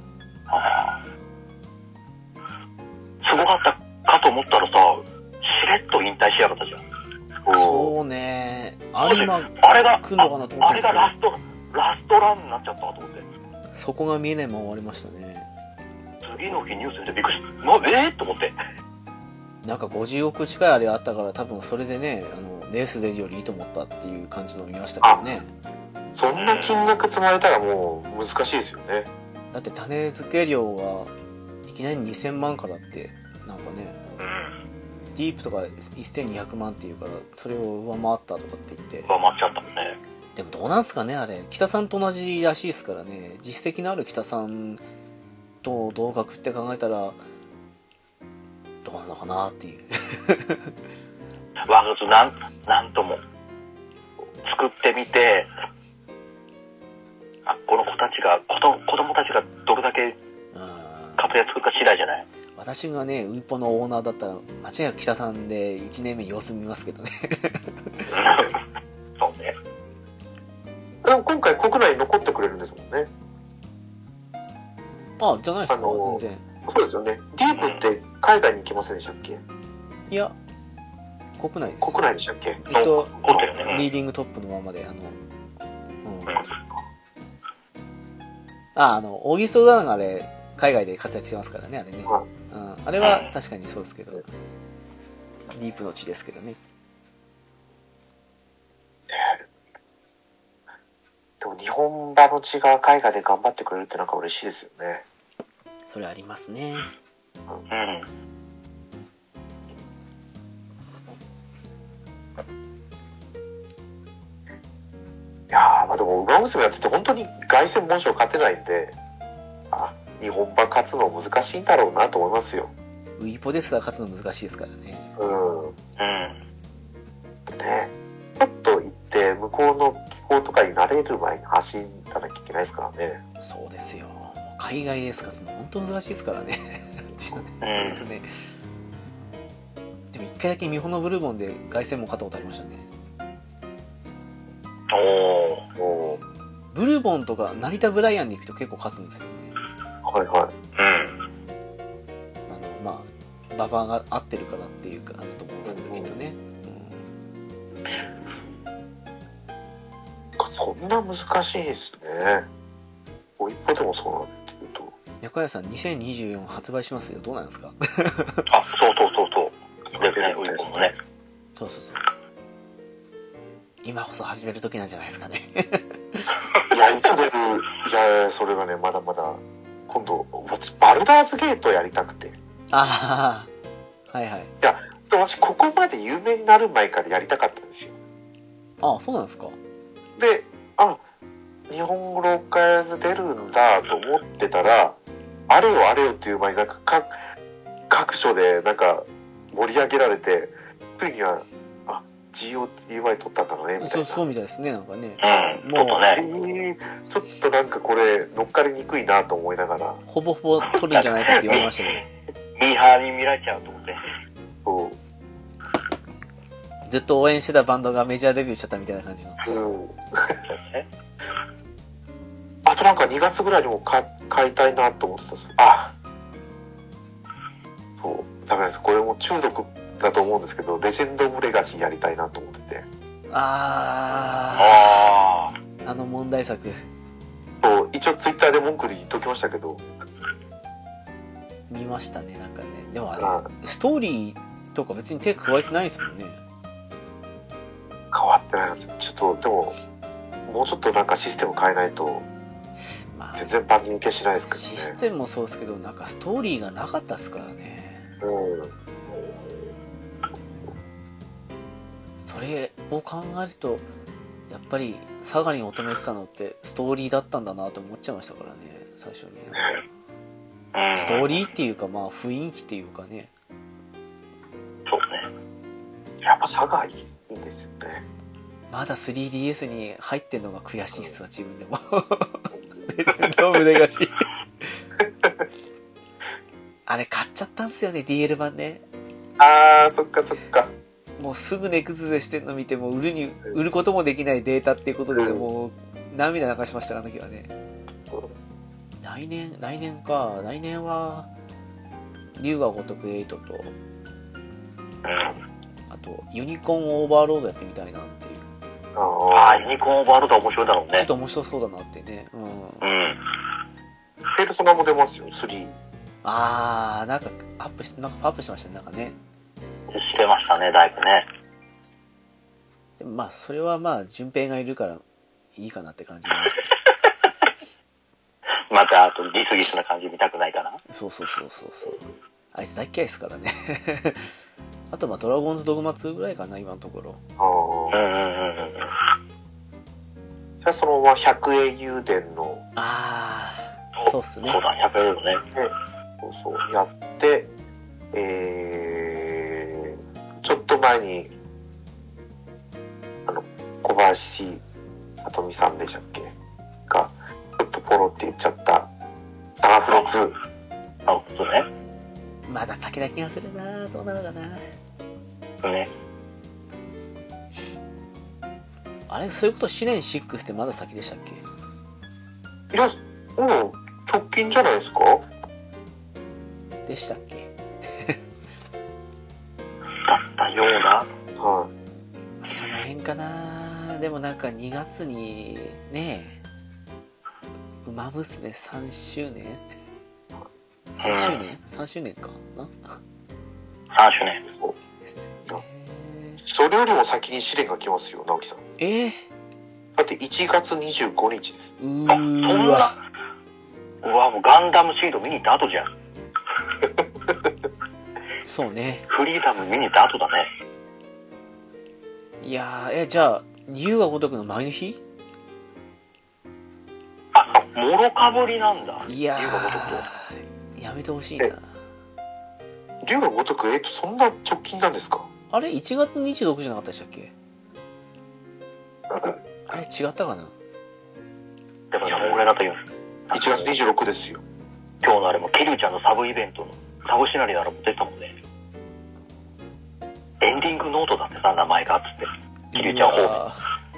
すごかったかと思ったらさ、しれっと引退しやがったじゃん。 そうね。あれが来るのかなと思ったんですけど、 あれがラストランになっちゃったと思って。 そこが見えないまま終わりましたね。 次の日ニュース見てびっくりした。と思って。 なんか50億近いあれあったから多分それでねレース出るよりいいと思ったっていう感じのを見ましたけどね。 そんな金額積まれたらもう難しいですよね。 だって種付け料がいきなり2000万からってなんかね、ディープとか1200万っていうからそれを上回ったとかって言って上回っちゃったもんね。 でもどうなんすかねあれ、北さんと同じらしいですからね。実績のある北さんと同額って考えたらどうなのかなっていうなんとも作ってみて、この子たちが子供たちがどれだけ活躍するか次第じゃない。 私がねウイポのオーナーだったら間違いなく北さんで1年目様子見ますけどねそうね。 でも今回国内に残ってくれるんですもんね。 あ、じゃないですか、全然。 そうですよね。ディープって海外に行きませんでしたっけ？ いや、国内です。 国内でしたっけ？ ずっとリーディングトップのままで、オーギスト・ダーンがあれ、海外で活躍してますからね、あれね。あれは確かにそうですけど、ディープの地ですけどね。 でも日本馬の血が海外で頑張ってくれるってなんか嬉しいですよね。 それありますね。 いやー、まあでも馬娘やってて本当に凱旋門賞勝てないんで、日本馬勝つの難しいんだろうなと思いますよ。 ウイポですら勝つの難しいですからね。 ね、ちょっと行って向こうの気候とかに慣れる前に走らなきゃいけないですからね。 そうですよ。海外レース勝つの本当難しいですからね。でも一回だけ美穂のブルボンで凱旋門勝ったことありましたね。ブルボンとか成田ブライアンに行くと結構勝つんですよね。 はいはい。 まあ馬場が合ってるからっていうかだと思うんですけど、きっとね。 そんな難しいですね。一歩でもそうなんていうと。 中谷さん2024発売しますよ。どうなんですか？ そう。ですね、ウイポもね。 そう。今こそ始める時なんじゃないですかね。 いや、いつ出る、それがね、まだまだ、今度、バルダーズゲートやりたくて。 はいはい。 いや、私、ここまで有名になる前からやりたかったんですよ。 そうなんですか。 で、日本語ローカイズ出るんだと思ってたら、あれよっていう間になんか各所でなんか盛り上げられて、ついには、GOTY 取ったんだろうね、みたいな。 そうみたいですね、なんかね。 もうちょっとなんかこれ、乗っかりにくいなと思いながら。 ほぼほぼ取るんじゃないかって言われましたけど。ミーハーに見られちゃうと思って。 そう。 ずっと応援してたバンドがメジャーデビューしちゃったみたいな感じの。 あとなんか2月ぐらいにも買いたいなと思ってたんです。そう。ダメです。これも中毒だと思うんですけど、レジェンド・オブ・レガシーやりたいなと思ってて。 あの問題作。 そう、一応ツイッターで文句で言っときましたけど。 見ましたね、なんかね。でもあれ、ストーリーとか別に手加えてないですもんね。 変わってないんですよ。ちょっと、でも、もうちょっとなんかシステム変えないと、全然万人受けしないですけどね。 システムもそうですけど、なんかストーリーがなかったですからね。それを考えると、やっぱりサガリンを求めてたのってストーリーだったんだなと思っちゃいましたからね、最初に。ストーリーっていうか、雰囲気っていうかね。 そうね。 やっぱサガリンいいんですよね。 まだ 3DS に入ってんのが悔しいっすわ、自分でも。レジェンド・オブ・レガシー。あれ買っちゃったんすよね、DL 版ね。 そっか。 もうすぐ値崩れしてんの見ても売ることもできないデータっていうことで、もう涙流しました、あの時はね。来年は竜が如く8と、あとユニコーンオーバーロードやってみたいなっていう。 ユニコーンオーバーロードは面白いだろうね。 ちょっと面白そうだなってね。 ペルソナも出ますよ、3。 なんかアップしましたね、なんかね。 知れましたね、だいぶね。 でもまあ、それはまあ、順平がいるからいいかなって感じになって。 また、あと、ギスギスな感じ見たくないかな。 そう。あいつ大嫌いですからね。あと、まあ、ドラゴンズドグマ2ぐらいかな、今のところ。 じゃあ、そのまま百栄雄伝の。 そうっすね。 そうだ、百栄雄伝ね。 そう、やって、ちょっと前に、小林聡美さんでしたっけが、ちょっとポロって言っちゃった、サガフロ2。 そうね。 まだ先だ気がするな。どうなのかな。 ね。 あれ、そういうこと試練6ってまだ先でしたっけ？ いや、もう直近じゃないですか？ でしたっけ？ だったような。 はい。 その辺かな。でもなんか2月にね、ウマ娘3周年？3周年かな？ 3周年。 ですよね。 それよりも先に試練が来ますよ、直樹さん。だって1月25日です。 そんな。うわ、もうガンダムシード見に行った後じゃん。 そうね。 フリーダム見に行った後だね。 いやー、じゃあ、竜が如くの前の日？ もろかぶりなんだ。 いやー、やめてほしいな。 竜が如く、そんな直近なんですか？ あれ、1月26じゃなかったでしたっけ？あれ、違ったかな？ でもね、俺だと言うんです。 1月26ですよ。 今日のあれも、ケリュウちゃんのサブイベントの、サブシナリならも出てたもんね。エンディングノートだってさ、名前が、つって。ケリュウちゃん方面。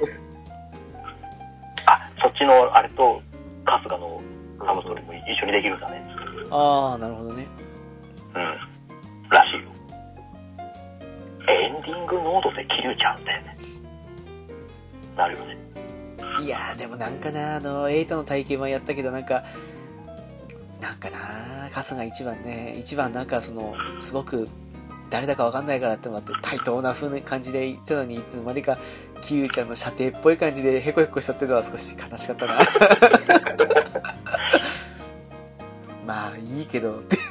そっちの、あれと、春日のサブストーリーも一緒にできるんだね。 なるほどね。 らしいよ。エンディングノートでケリュウちゃんだよね。なるよね。 いやー、でもなんかな、8の体験はやったけど、なんかな、春日一番なんかすごく誰だかわかんないからって思って対等な風な感じで言ってたのに、いつの間にかキユちゃんの射程っぽい感じでヘコヘコしちゃってたのは少し悲しかったな。まあいいけどって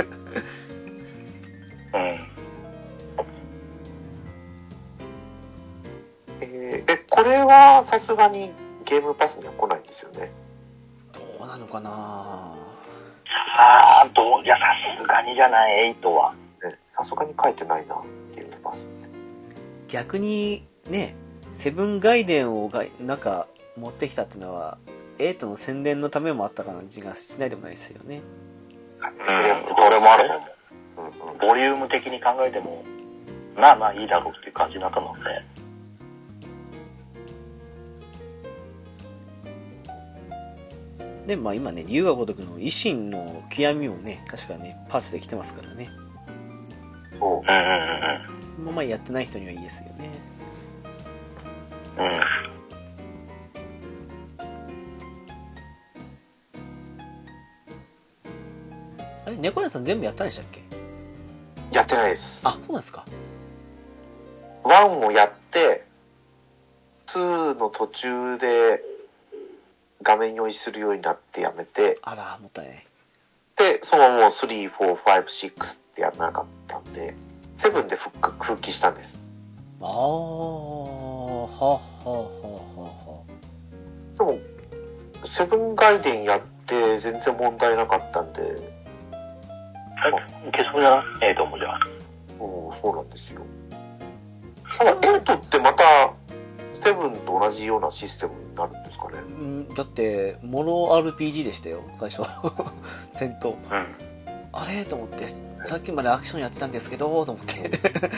これはさすがにゲームパスには来ないんですよね。 どうなのかな。 いや、さすがにじゃない、8は。 さすがに書いてないな、ゲームパス。 逆にね、セブンガイデンをなんか持ってきたっていうのは、8の宣伝のためもあった感じがしないでもないですよね。 それもあると思う。ボリューム的に考えても、まあまあいいだろうっていう感じになったので。 で、まあ今ね、龍が如くの維新の極みもね、確かね、パスで来てますからね。まあやってない人にはいいですよね。あれ、猫屋さん全部やったんでしたっけ？ やってないです。 そうなんですか。 1をやって、2の途中で画面用意するようになってやめて、 あら、もったいない。 で、そのまま3、4、5、6ってやらなかったんで、7で復帰したんです。でも、セブンガイデンやって全然問題なかったんで。 いけそうじゃない？8もじゃあ。 そうなんですよ。ただ、8ってまた、7と同じようなシステムになるんですかね。 だって、モノ RPG でしたよ、最初。戦闘。あれと思って、さっきまでアクションやってたんですけど、と思って。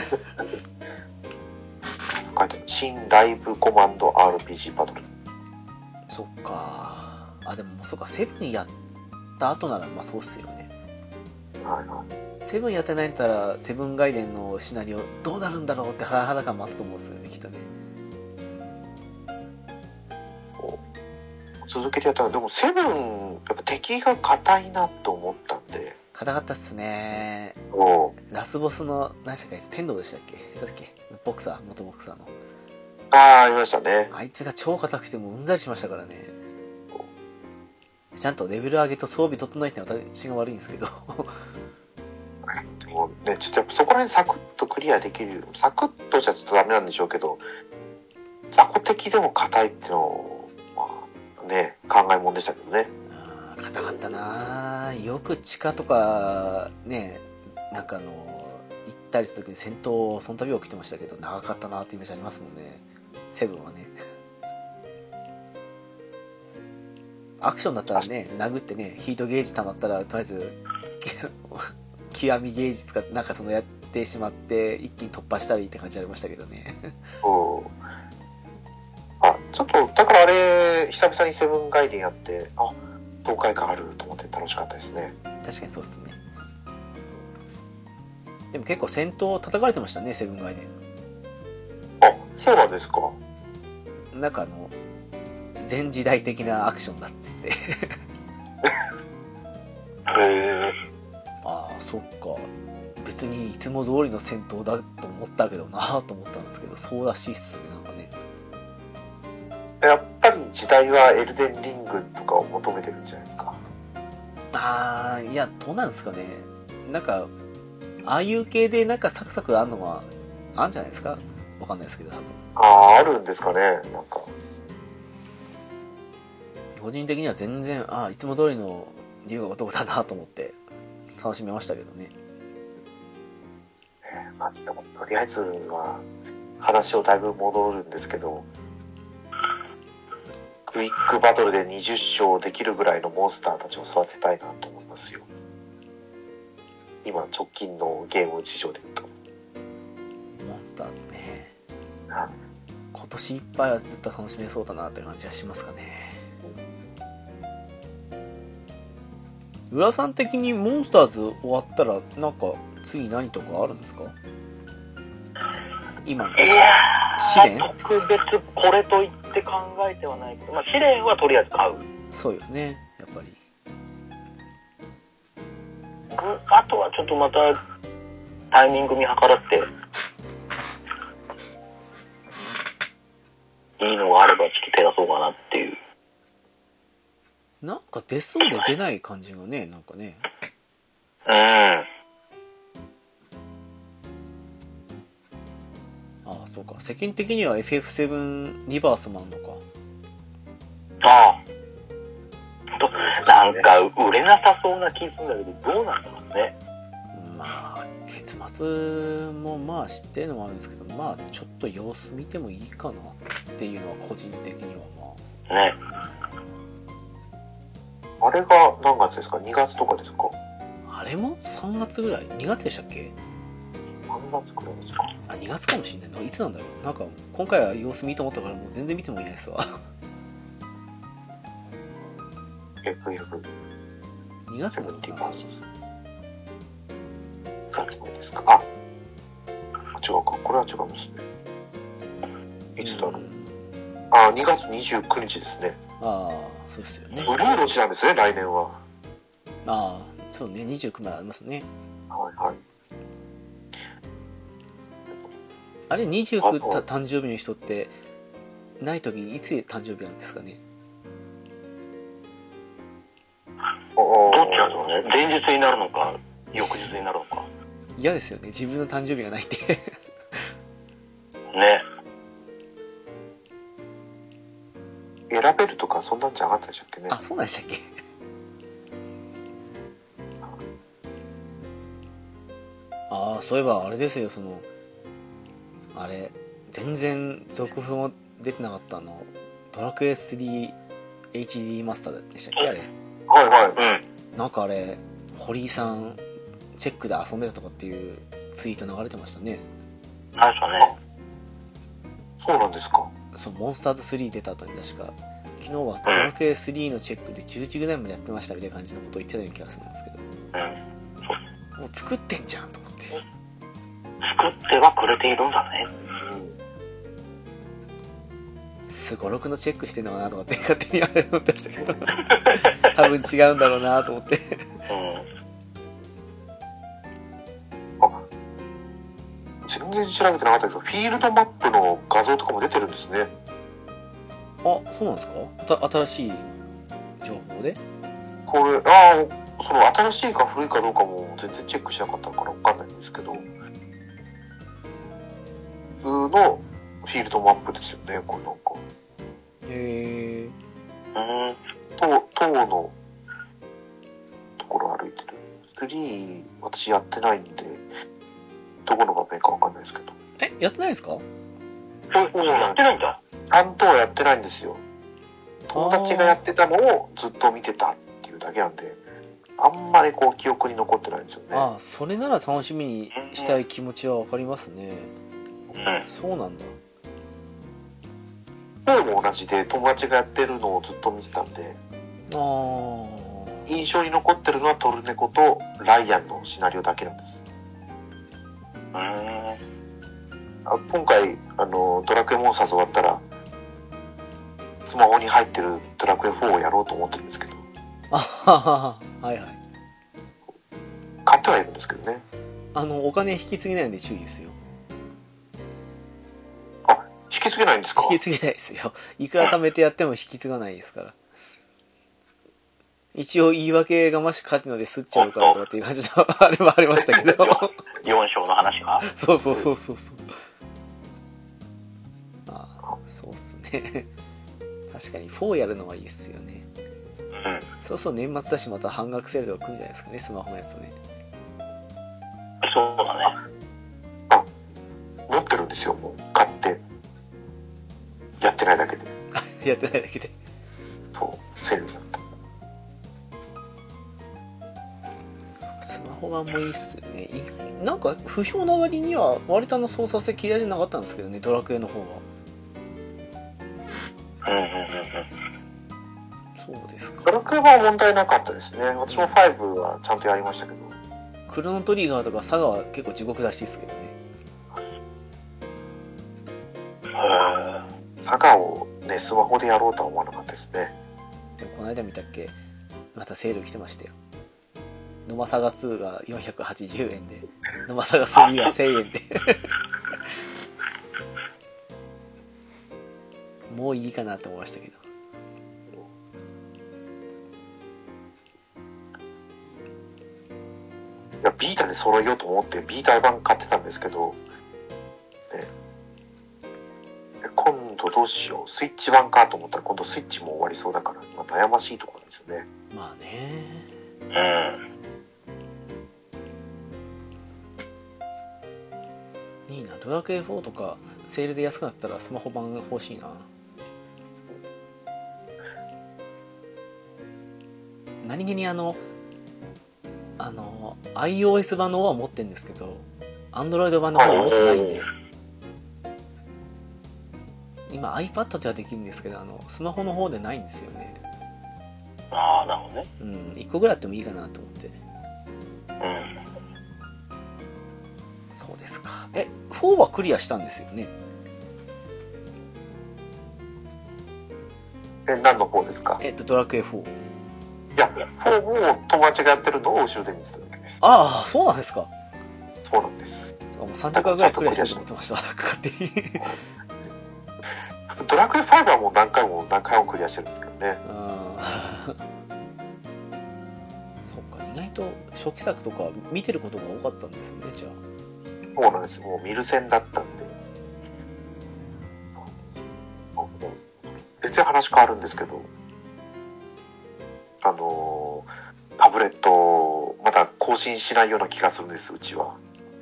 書いてある。新ライブコマンド RPG バトル。 そっか。でも、そっか、7やった後なら、まあそうっすよね。7やってないんだったら、セブンガイデンのシナリオどうなるんだろうってハラハラ感もあったと思うんですよね、きっとね。 続けてやったら、でも7、やっぱ敵が硬いなと思ったんで。 硬かったっすね。ラスボスの何でしたっけ、天道でしたっけ、そうだっけ、ボクサー、元ボクサーの。 ありましたね。 あいつが超硬くてもうんざりしましたからね。ちゃんとレベル上げと装備整えて私が悪いんですけど。 でもね、ちょっとやっぱそこら辺サクッとクリアできる、サクッとじゃちょっとダメなんでしょうけど、雑魚敵でも硬いっていうのを、まあね、考えもんでしたけどね。 硬かったな。よく地下とかね、なんか行ったりする時に戦闘その度起きてましたけど、長かったなってイメージありますもんね、セブンはね。アクションだったらね、殴ってね、ヒートゲージ溜まったらとりあえず極みゲージとかなんかやってしまって一気に突破したりって感じありましたけどね。 ちょっとだからあれ久々にセブンガイデンやって、爽快感あると思って楽しかったですね。 確かにそうですね。でも結構戦闘叩かれてましたね、セブンガイデン。 そうなんですか。 なんか前時代的なアクションだっつってへえ。 そっか、別にいつも通りの戦闘だと思ったけどなと思ったんですけど、そうらしいっすね。なんかね、 やっぱり時代はエルデンリングとかを求めてるんじゃないですか。 いや、どうなんですかね。なんかああいう系でなんかサクサクあるのはあるんじゃないですか。わかんないですけど、多分あるんですかね。なんか個人的には全然いつも通りの龍が如くだなと思って楽しめましたけどね。 でもとりあえずは話をだいぶ戻るんですけど、クイックバトルで20勝できるぐらいのモンスターたちを育てたいなと思いますよ。今直近のゲーム事情で言うとモンスターですね。今年いっぱいはずっと楽しめそうだなって感じがしますかね。浦さん的にモンスターズ終わったらなんか次何とかあるんですか。今の試練、 特別これといって考えてはないけど、試練はとりあえず買う。 そうよね、やっぱり。 あとはちょっとまたタイミング見計らっていいのがあればちょっと手出そうかなっていう。 なんか出そうで出ない感じがね、なんかね。そうか、世間的には FF7 リバースもあんのか。 なんか売れなさそうな気するんだけど、どうなんだろうね。 結末も知ってるのもあるんですけど、ちょっと様子見てもいいかなっていうのは個人的にはね。 あれが何月ですか。2月とかですか。 あれも3月ぐらい、2月でしたっけ。 3月くらいですか。 2月かもしれないな。いつなんだろう。なんか今回は様子見と思ったからもう全然見てもいないですわ。2月なのかな。 ですか。違うか。これは違うんですね。いつだろう。2月29日ですね。 そうですよね。 ブルーロシなんですね、来年は。 そうね、29までありますね。あれ、29誕生日の人ってない時にいつ誕生日なんですかね。 どっちなんだろうね。前日になるのか翌日になるのか。 嫌ですよね、自分の誕生日がないってね。 選べるとかそんなんじゃなかったでしたっけね。 そうなんでしたっけ。そういえばあれですよ、あれ全然続報も出てなかったドラクエ 3HD マスターでしたっけ、あれ。なんかあれ堀井さんチェックで遊んでたとかっていうツイート流れてましたね。 そうなんですか。 モンスターズ3出た後に確か昨日はドラクエ3のチェックで11時ぐらいまでやってましたみたいな感じのことを言ってたような気がするんですけど、もう作ってんじゃんと思って。 作ってはくれているんだね。 すごろくのチェックしてんのかなとかって勝手にあれ思ってましたけど多分違うんだろうなと思って全然調べてなかったけど、フィールドマップの画像とかも出てるんですね。 あ、そうなんですか？新しい情報で？ これ、その新しいか古いかどうかも全然チェックしなかったからわかんないんですけど、普通のフィールドマップですよね、これなんか。 へえ。 塔のところ歩いてる。3、私やってないんで、どこの場面かわかんないですけど。 やってないですか？ そうやってないんだ。 ちゃんとはやってないんですよ。友達がやってたのをずっと見てたっていうだけなんで、あんまりこう記憶に残ってないんですよね。 ああ、それなら楽しみにしたい気持ちはわかりますね。そうなんだ。 4も同じで友達がやってるのをずっと見てたんで、印象に残ってるのはトルネコとライアンのシナリオだけなんです。今回ドラクエモンスターズ終わったらスマホに入ってるドラクエ4をやろうと思ってるんですけど、 はいはい。 買ってはいるんですけどね。 お金引き継げないんで注意ですよ。 引き継げないんですか？ 引き継げないですよ。いくら貯めてやっても引き継がないですから。一応言い訳がましカジノで吸っちゃうからとかっていう感じのあれもありましたけど。 4章の話か。 そう。そうっすね。確かに4やるのはいいっすよね。そうそう、年末だしまた半額セールとか来るんじゃないですかね、スマホのやつね。 そうだね。 持ってるんですよ、もう買ってやってないだけで。 やってないだけで。 そうセールになった。 スマホ版もいいっすよね。なんか不評な割には割と操作性嫌いじゃなかったんですけどね、ドラクエの方は。そうですか。 ドラクエは問題なかったですね。私も5はちゃんとやりましたけど。 クロノトリガーとかサガは結構地獄らしいですけどね。 サガをね、スマホでやろうとは思わなかったですね。 でもこの間見たっけ、またセール来てましたよ。ノマサガ2が480円で、ノマサガ3が1000円でもういいかなと思いましたけど。 いや、ビータで揃えようと思ってビータ版買ってたんですけど、ね、今度どうしよう、スイッチ版かと思ったら今度スイッチも終わりそうだから、悩ましいところですよね。 まあね。いいな、ドラクエ4とかセールで安くなったらスマホ版欲しいな。何気にiOS 版の方は持ってるんですけど Android 版の方は持ってないんで、今 iPad じゃできるんですけどスマホの方でないんですよね。 ああ、なるほどね。 1個ぐらいあってもいいかなと思って。そうですか。4はクリアしたんですよね。 何の方ですか？ ドラクエ4。 いや、4も友達がやってるのを後ろで見てただけです。 ああ、そうなんですか。 そうなんです。 もう30回ぐらいクリアしてると思ってました。勝手にドラクエ5はもう何回もクリアしてるんですけどね。 そうか、意外と初期作とか見てることが多かったんですね、じゃあ。 そうなんです。もう見る線だったんで。全然話変わるんですけど、タブレットまだ更新しないような気がするんです、うちは。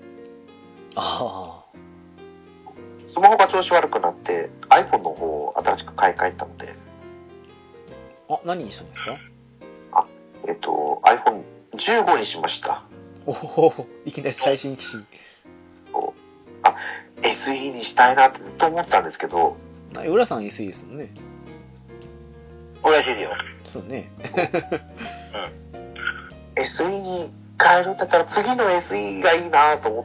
スマホが調子悪くなって iPhone の方を新しく買い替えたので。 何にしたんですか ？iPhone15 にしました。 おお、いきなり最新機種。 SE にしたいなってずっと思ったんですけど。 浦さん SE ですもんね。 俺は SE よ。 そうね。 SE に変えるんだったら次の SE がいいなと思って。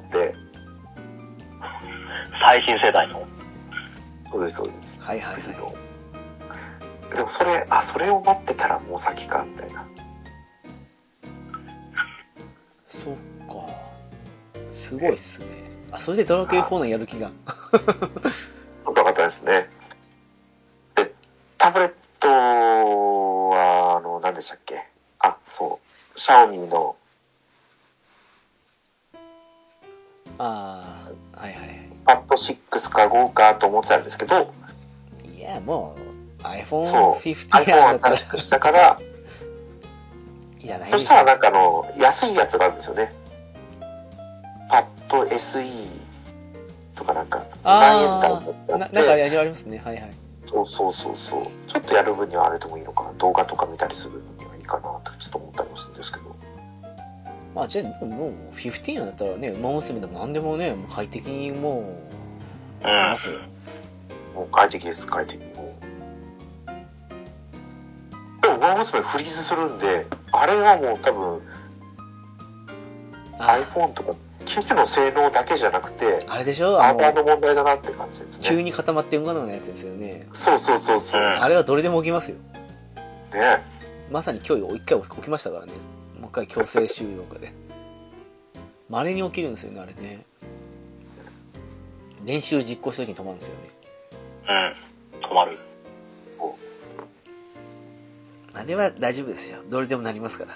最新世代の。 そうです。 はい。 でもそれを待ってたらもう先かみたいな。 そっか。すごいっすね。 あ、それでドラクエ4のやる気が。 深かったですね。で、タブレットは、何でしたっけ？あ、そう。シャオミの。 はいはい。 パッド6か5かと思ってたんですけど、 いや、もう iPhone そう、 15 iPhone 新しくしたから、 いらないそしたらなんか安いやつがあるんですよね。パッド SE とかなんか、2万円台のやつなんかありますね。はいはい。 そう。ちょっとやる分にはあれでもいいのかな。動画とか見たりするにはいいかなってちょっと思ったりもするんですけど。 まあじゃあもう15だったらね、馬娘でも何でもね、もう快適にもう、やってますよ。 もう快適です、快適に。でも馬娘フリーズするんで、あれはもう多分、iPhone とか機種の性能だけじゃなくて、 あれでしょ、 ハーバーの問題だなって感じですね。 急に固まって動かなくなるやつですよね。 そう。 あれはどれでも起きますよ。 ね。 まさに今日一回起きましたからね。もう一回強制終了化で。稀に起きるんですよね、あれね。練習実行した時に止まるんですよね。 止まる。 あれは大丈夫ですよ。どれでもなりますから。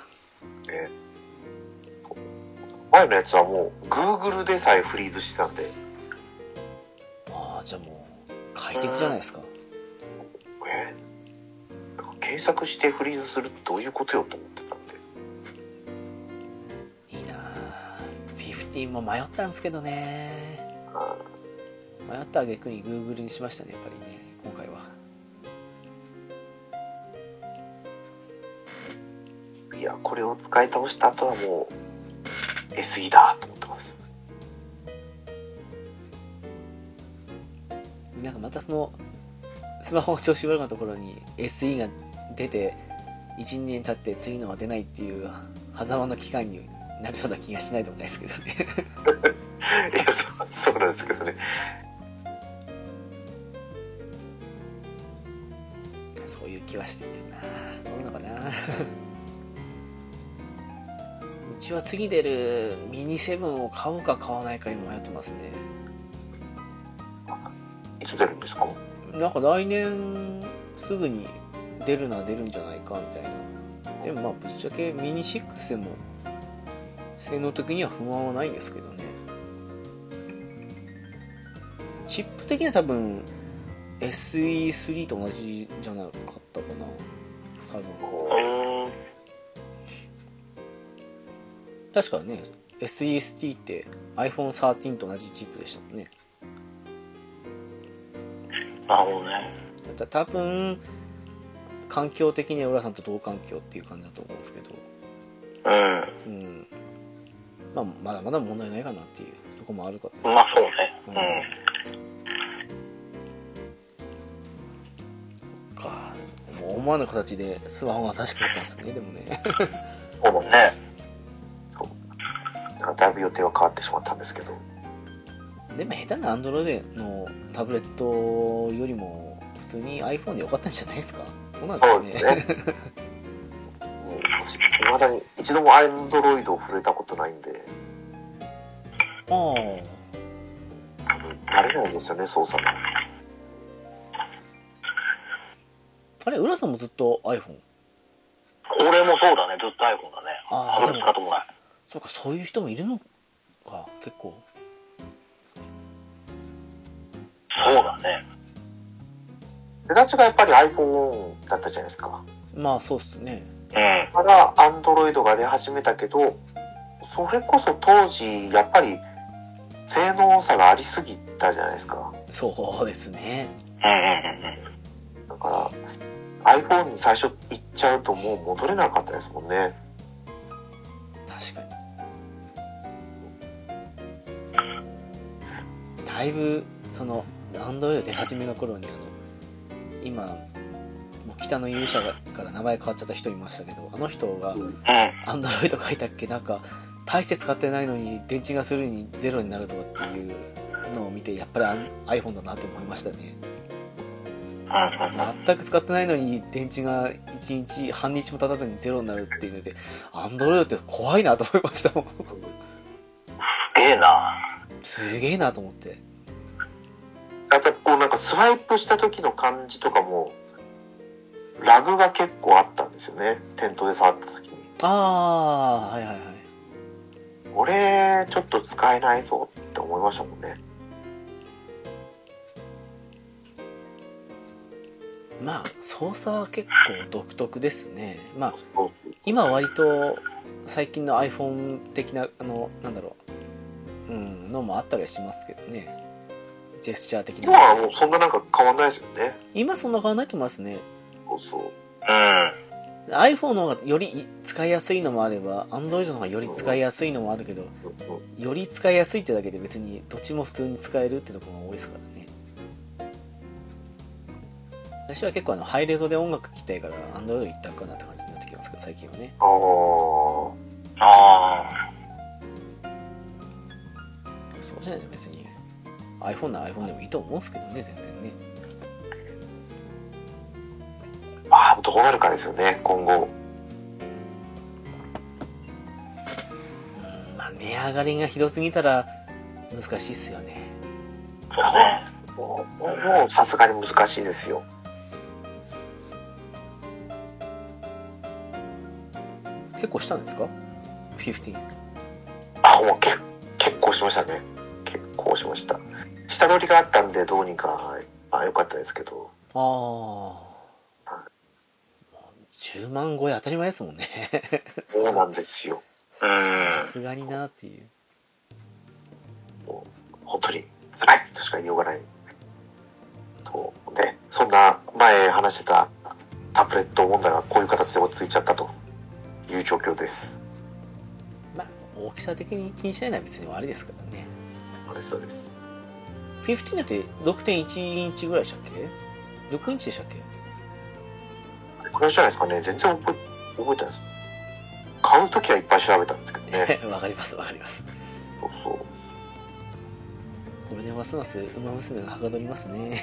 前のやつはもう Google でさえフリーズしてたんで。 ああ、じゃあもう快適じゃないですか。 検索してフリーズするってどういうことよと思ってたんで。 いいなあ。15も迷ったんですけどね。迷った挙句に Google にしましたね、やっぱりね、今回は。 いや、これを使い倒した後はもう SE だと思ってます。 なんかまたそのスマホが調子悪かったところに SE が出て 1,2 年経って次のは出ないっていう狭間の期間になりそうな気がしないでもないですけどね。 いや、そうなんですけどね。 そういう気はしてるな。どうなのかな。うちは次出るミニ7を買うか買わないか今迷ってますね。 いつ出るんですか？ なんか来年すぐに出るのは出るんじゃないかみたいな。でもまあぶっちゃけミニ6でも性能的には不満はないんですけどね。チップ的には多分 SE3 と同じじゃなかったかな、多分。確かね SEST って iPhone13 と同じチップでしたもんね。 なるほどね。 多分環境的には浦さんと同環境っていう感じだと思うんですけど、まあまだまだ問題ないかなっていうところもあるから、 まあそうね。 もう思わぬ形でスマホが優しくなったんですね。でもね。 そうだね。 だいぶ予定は変わってしまったんですけど。 でも下手な Android のタブレットよりも普通に iPhone で良かったんじゃないですか。そうなんですよね。そうですね。 未だに一度も Android を触れたことないんで。慣れないんですよね、操作が。 あれ、浦さんもずっと iPhone？ 俺もそうだね、ずっと iPhone だね。 ああ、でも使ってもない。 そうか、そういう人もいるのか、結構。 そうだね。 出だしがやっぱり iPhone だったじゃないですか。 まあそうっすね。 から Android が出始めたけど、それこそ当時やっぱり性能差がありすぎたじゃないですか。 そうですね。 だから iPhone に最初行っちゃうともう戻れなかったですもんね。 確かに。だいぶその Android 出始めの頃に今もう北の勇者から名前変わっちゃった人いましたけど、あの人が Android 書いたっけ、なんか大して使ってないのに電池がすぐにゼロになるとかっていうのを見て、やっぱり iPhone だなって思いましたね。全く使ってないのに電池が1日半日も経たずにゼロになるっていうので、Android って怖いなと思いましたもん。 すげえな。 すげえなと思って。 やっぱりこうなんかスワイプした時の感じとかもラグが結構あったんですよね、店頭で触った時に。 ああ、はいはいはい。 俺ちょっと使えないぞって思いましたもんね。 まあ操作は結構独特ですね。まあ今割と最近の iPhone 的ななんだろう、のもあったりはしますけどね。ジェスチャー的な。 今はもうそんななんか変わんないですよね。 今そんな変わんないと思いますね。 そうそう。 iPhone の方がより使いやすいのもあれば Android の方がより使いやすいのもあるけど、より使いやすいってだけで別にどっちも普通に使えるってところが多いですからね。私は結構ハイレゾで音楽聴きたいから Android 一択かなって感じになってきますけど、最近はね。そうじゃないと別に iPhone なら iPhone でもいいと思うんですけどね、全然ね。 まあどうなるかですよね、今後。 まあ値上がりがひどすぎたら難しいっすよね。 そうね。もうさすがに難しいですよ。 結構したんですか ?15。 もう結構しましたね。結構しました。下取りがあったんでどうにか良かったですけど。 10万超え当たり前ですもんね。 そうなんですよ。 さすがになっていう。 本当に辛いとしか言いようがない。とね、そんな前話してたタブレット問題がこういう形で落ち着いちゃったという状況です。 まあ大きさ的に気にしないのは別に悪いですからね。 そうです。 15だって 6.1 インチぐらいでしたっけ？ 6 インチでしたっけ？ これじゃないですかね。全然覚えてないです。買うときはいっぱい調べたんですけどね。 わかりますわかります。 そうそう。 これでますます馬娘がはかどりますね。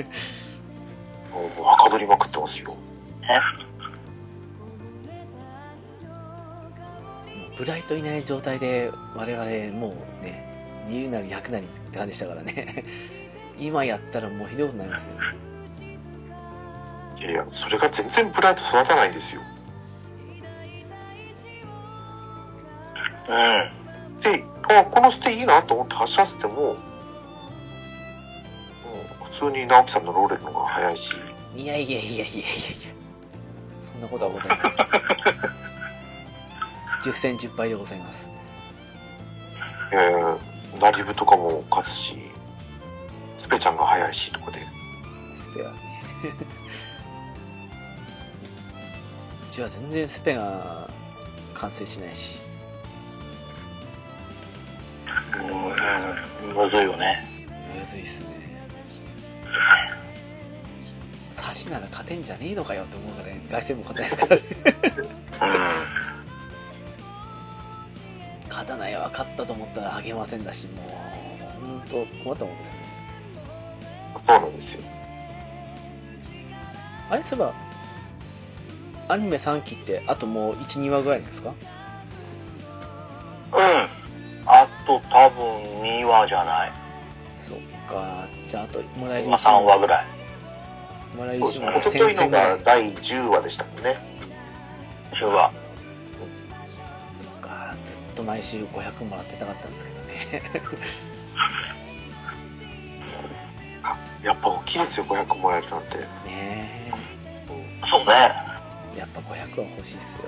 はかどりまくってますよ。 ブライトいない状態で我々もうね、20なり100なりって感じでしたからね。今やったらもうひどいことになりますよ。 いやいや、それが全然ブライト育たないんですよ。で、このステいいなと思って走らせても、普通に直樹さんのローレルの方が速いし。 いやそんなことはございません。10戦10敗でございます。 ナリブとかも勝つし、スペちゃんが速いしとかで。 スペはね。うちは全然スペが完成しないし。 むずいよね。 むずいっすね。差しなら勝てんじゃねえのかよって思うからね、凱旋も勝てないですからね。勝たないわ、勝ったと思ったらあげませんだし、もうほんと困ったもんですね。 そうなんですよ。 あれ、そういえばアニメ3期ってあともう 1,2 話ぐらいなんですか？ あと多分2話じゃない。 そっか。じゃああともらえる 3話ぐらい。 もらえる石も先々のが第10話でしたもんね。 10話。 そっか。ずっと毎週500もらってたかったんですけどね。 やっぱ大きいですよ、500もらえるなんて。 ねえ。 そうね。 やっぱ500は欲しいっすよ。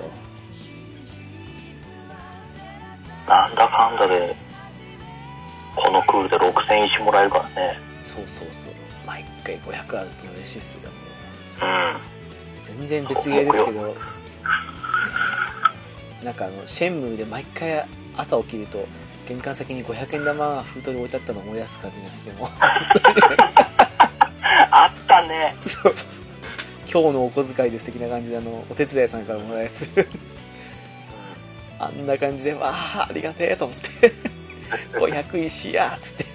なんだかんだでこのクールで6000石もらえるからね。 そう毎回500あるって嬉しいっすよ。全然別ゲーですけど、なんかシェンムーで毎回朝起きると玄関先に500円玉が封筒に置いてあったのを思い出す感じがしてもあったね。 そう今日のお小遣いです的な感じでお手伝いさんからもらえるあんな感じでわあありがてえと思って500石やっつって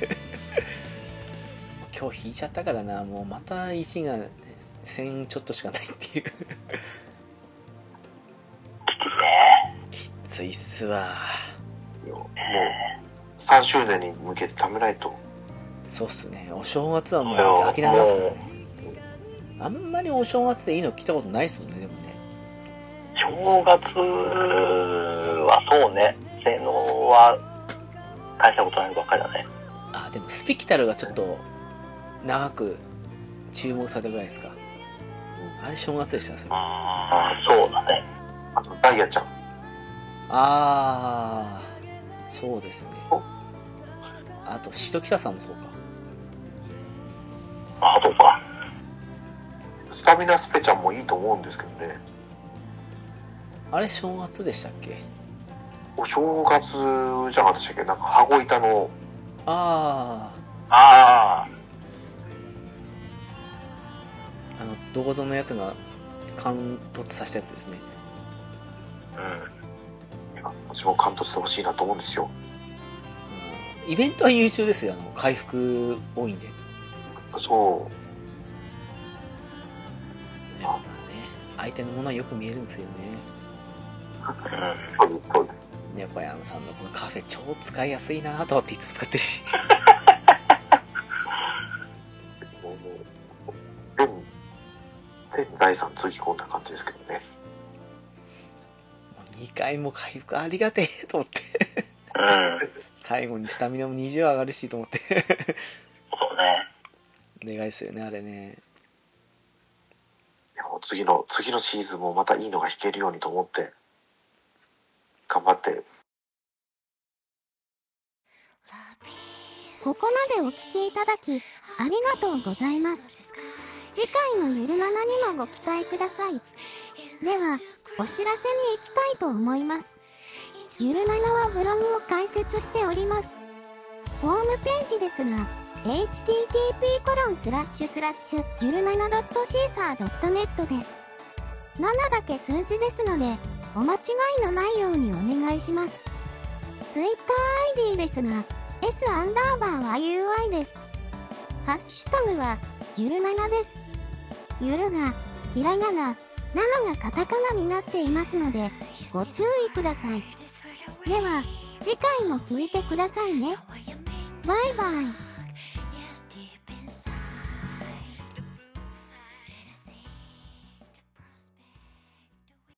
今日引いちゃったからな、もうまた石が1000ちょっとしかないっていうきついね。 きついっすわ。 もう 3周年に向けて貯めないと。 そうっすね。お正月はもう諦めますからね。あんまりお正月でいいの聞いたことないですもんね、でもね。 正月はそうね、性能は大したことないばっかりだね。 あ、でもスピキタルがちょっと長く注目されたぐらいですか。あれ正月でした、それ。 ああ、そうだね。 あとダイヤちゃん。 ああ、そうですね。あとシドキタさんもそうか。 ああ、そうか。 スタミナスペちゃんもいいと思うんですけどね。 あれ正月でしたっけ？ お正月じゃなかったでしたっけ？なんか羽子板の。 ああ。 ああ。 どこぞのやつが貫突させたやつですね。 うん。いや、私も貫突してほしいなと思うんですよ。 イベントは優秀ですよ。回復多いんで。 そう。 でもまあね、相手のものはよく見えるんですよね。 そうです、そうです。 猫やんさんのこのカフェ超使いやすいなと思っていつも使ってるし。 全財産つぎ込んだ感じですけどね。 2回も回復ありがてえと思って。最後にスタミナも20上がるしと思って。 そうね。お願いですよね、あれね。 いや、もう次のシーズンもまたいいのが弾けるようにと思って頑張って。 ここまでお聞きいただきありがとうございます。次回のゆる7にもご期待ください。ではお知らせに行きたいと思います。ゆる7はブログを開設しております。ホームページですが http:// ゆる 7.caesar.net です。7だけ数字ですのでお間違いのないようにお願いします。TwitterID ですが S_YUI です。ハッシュタグはゆる7です。ゆるがひらがな、7がカタカナになっていますのでご注意ください。では次回も聞いてくださいね。バイバイ。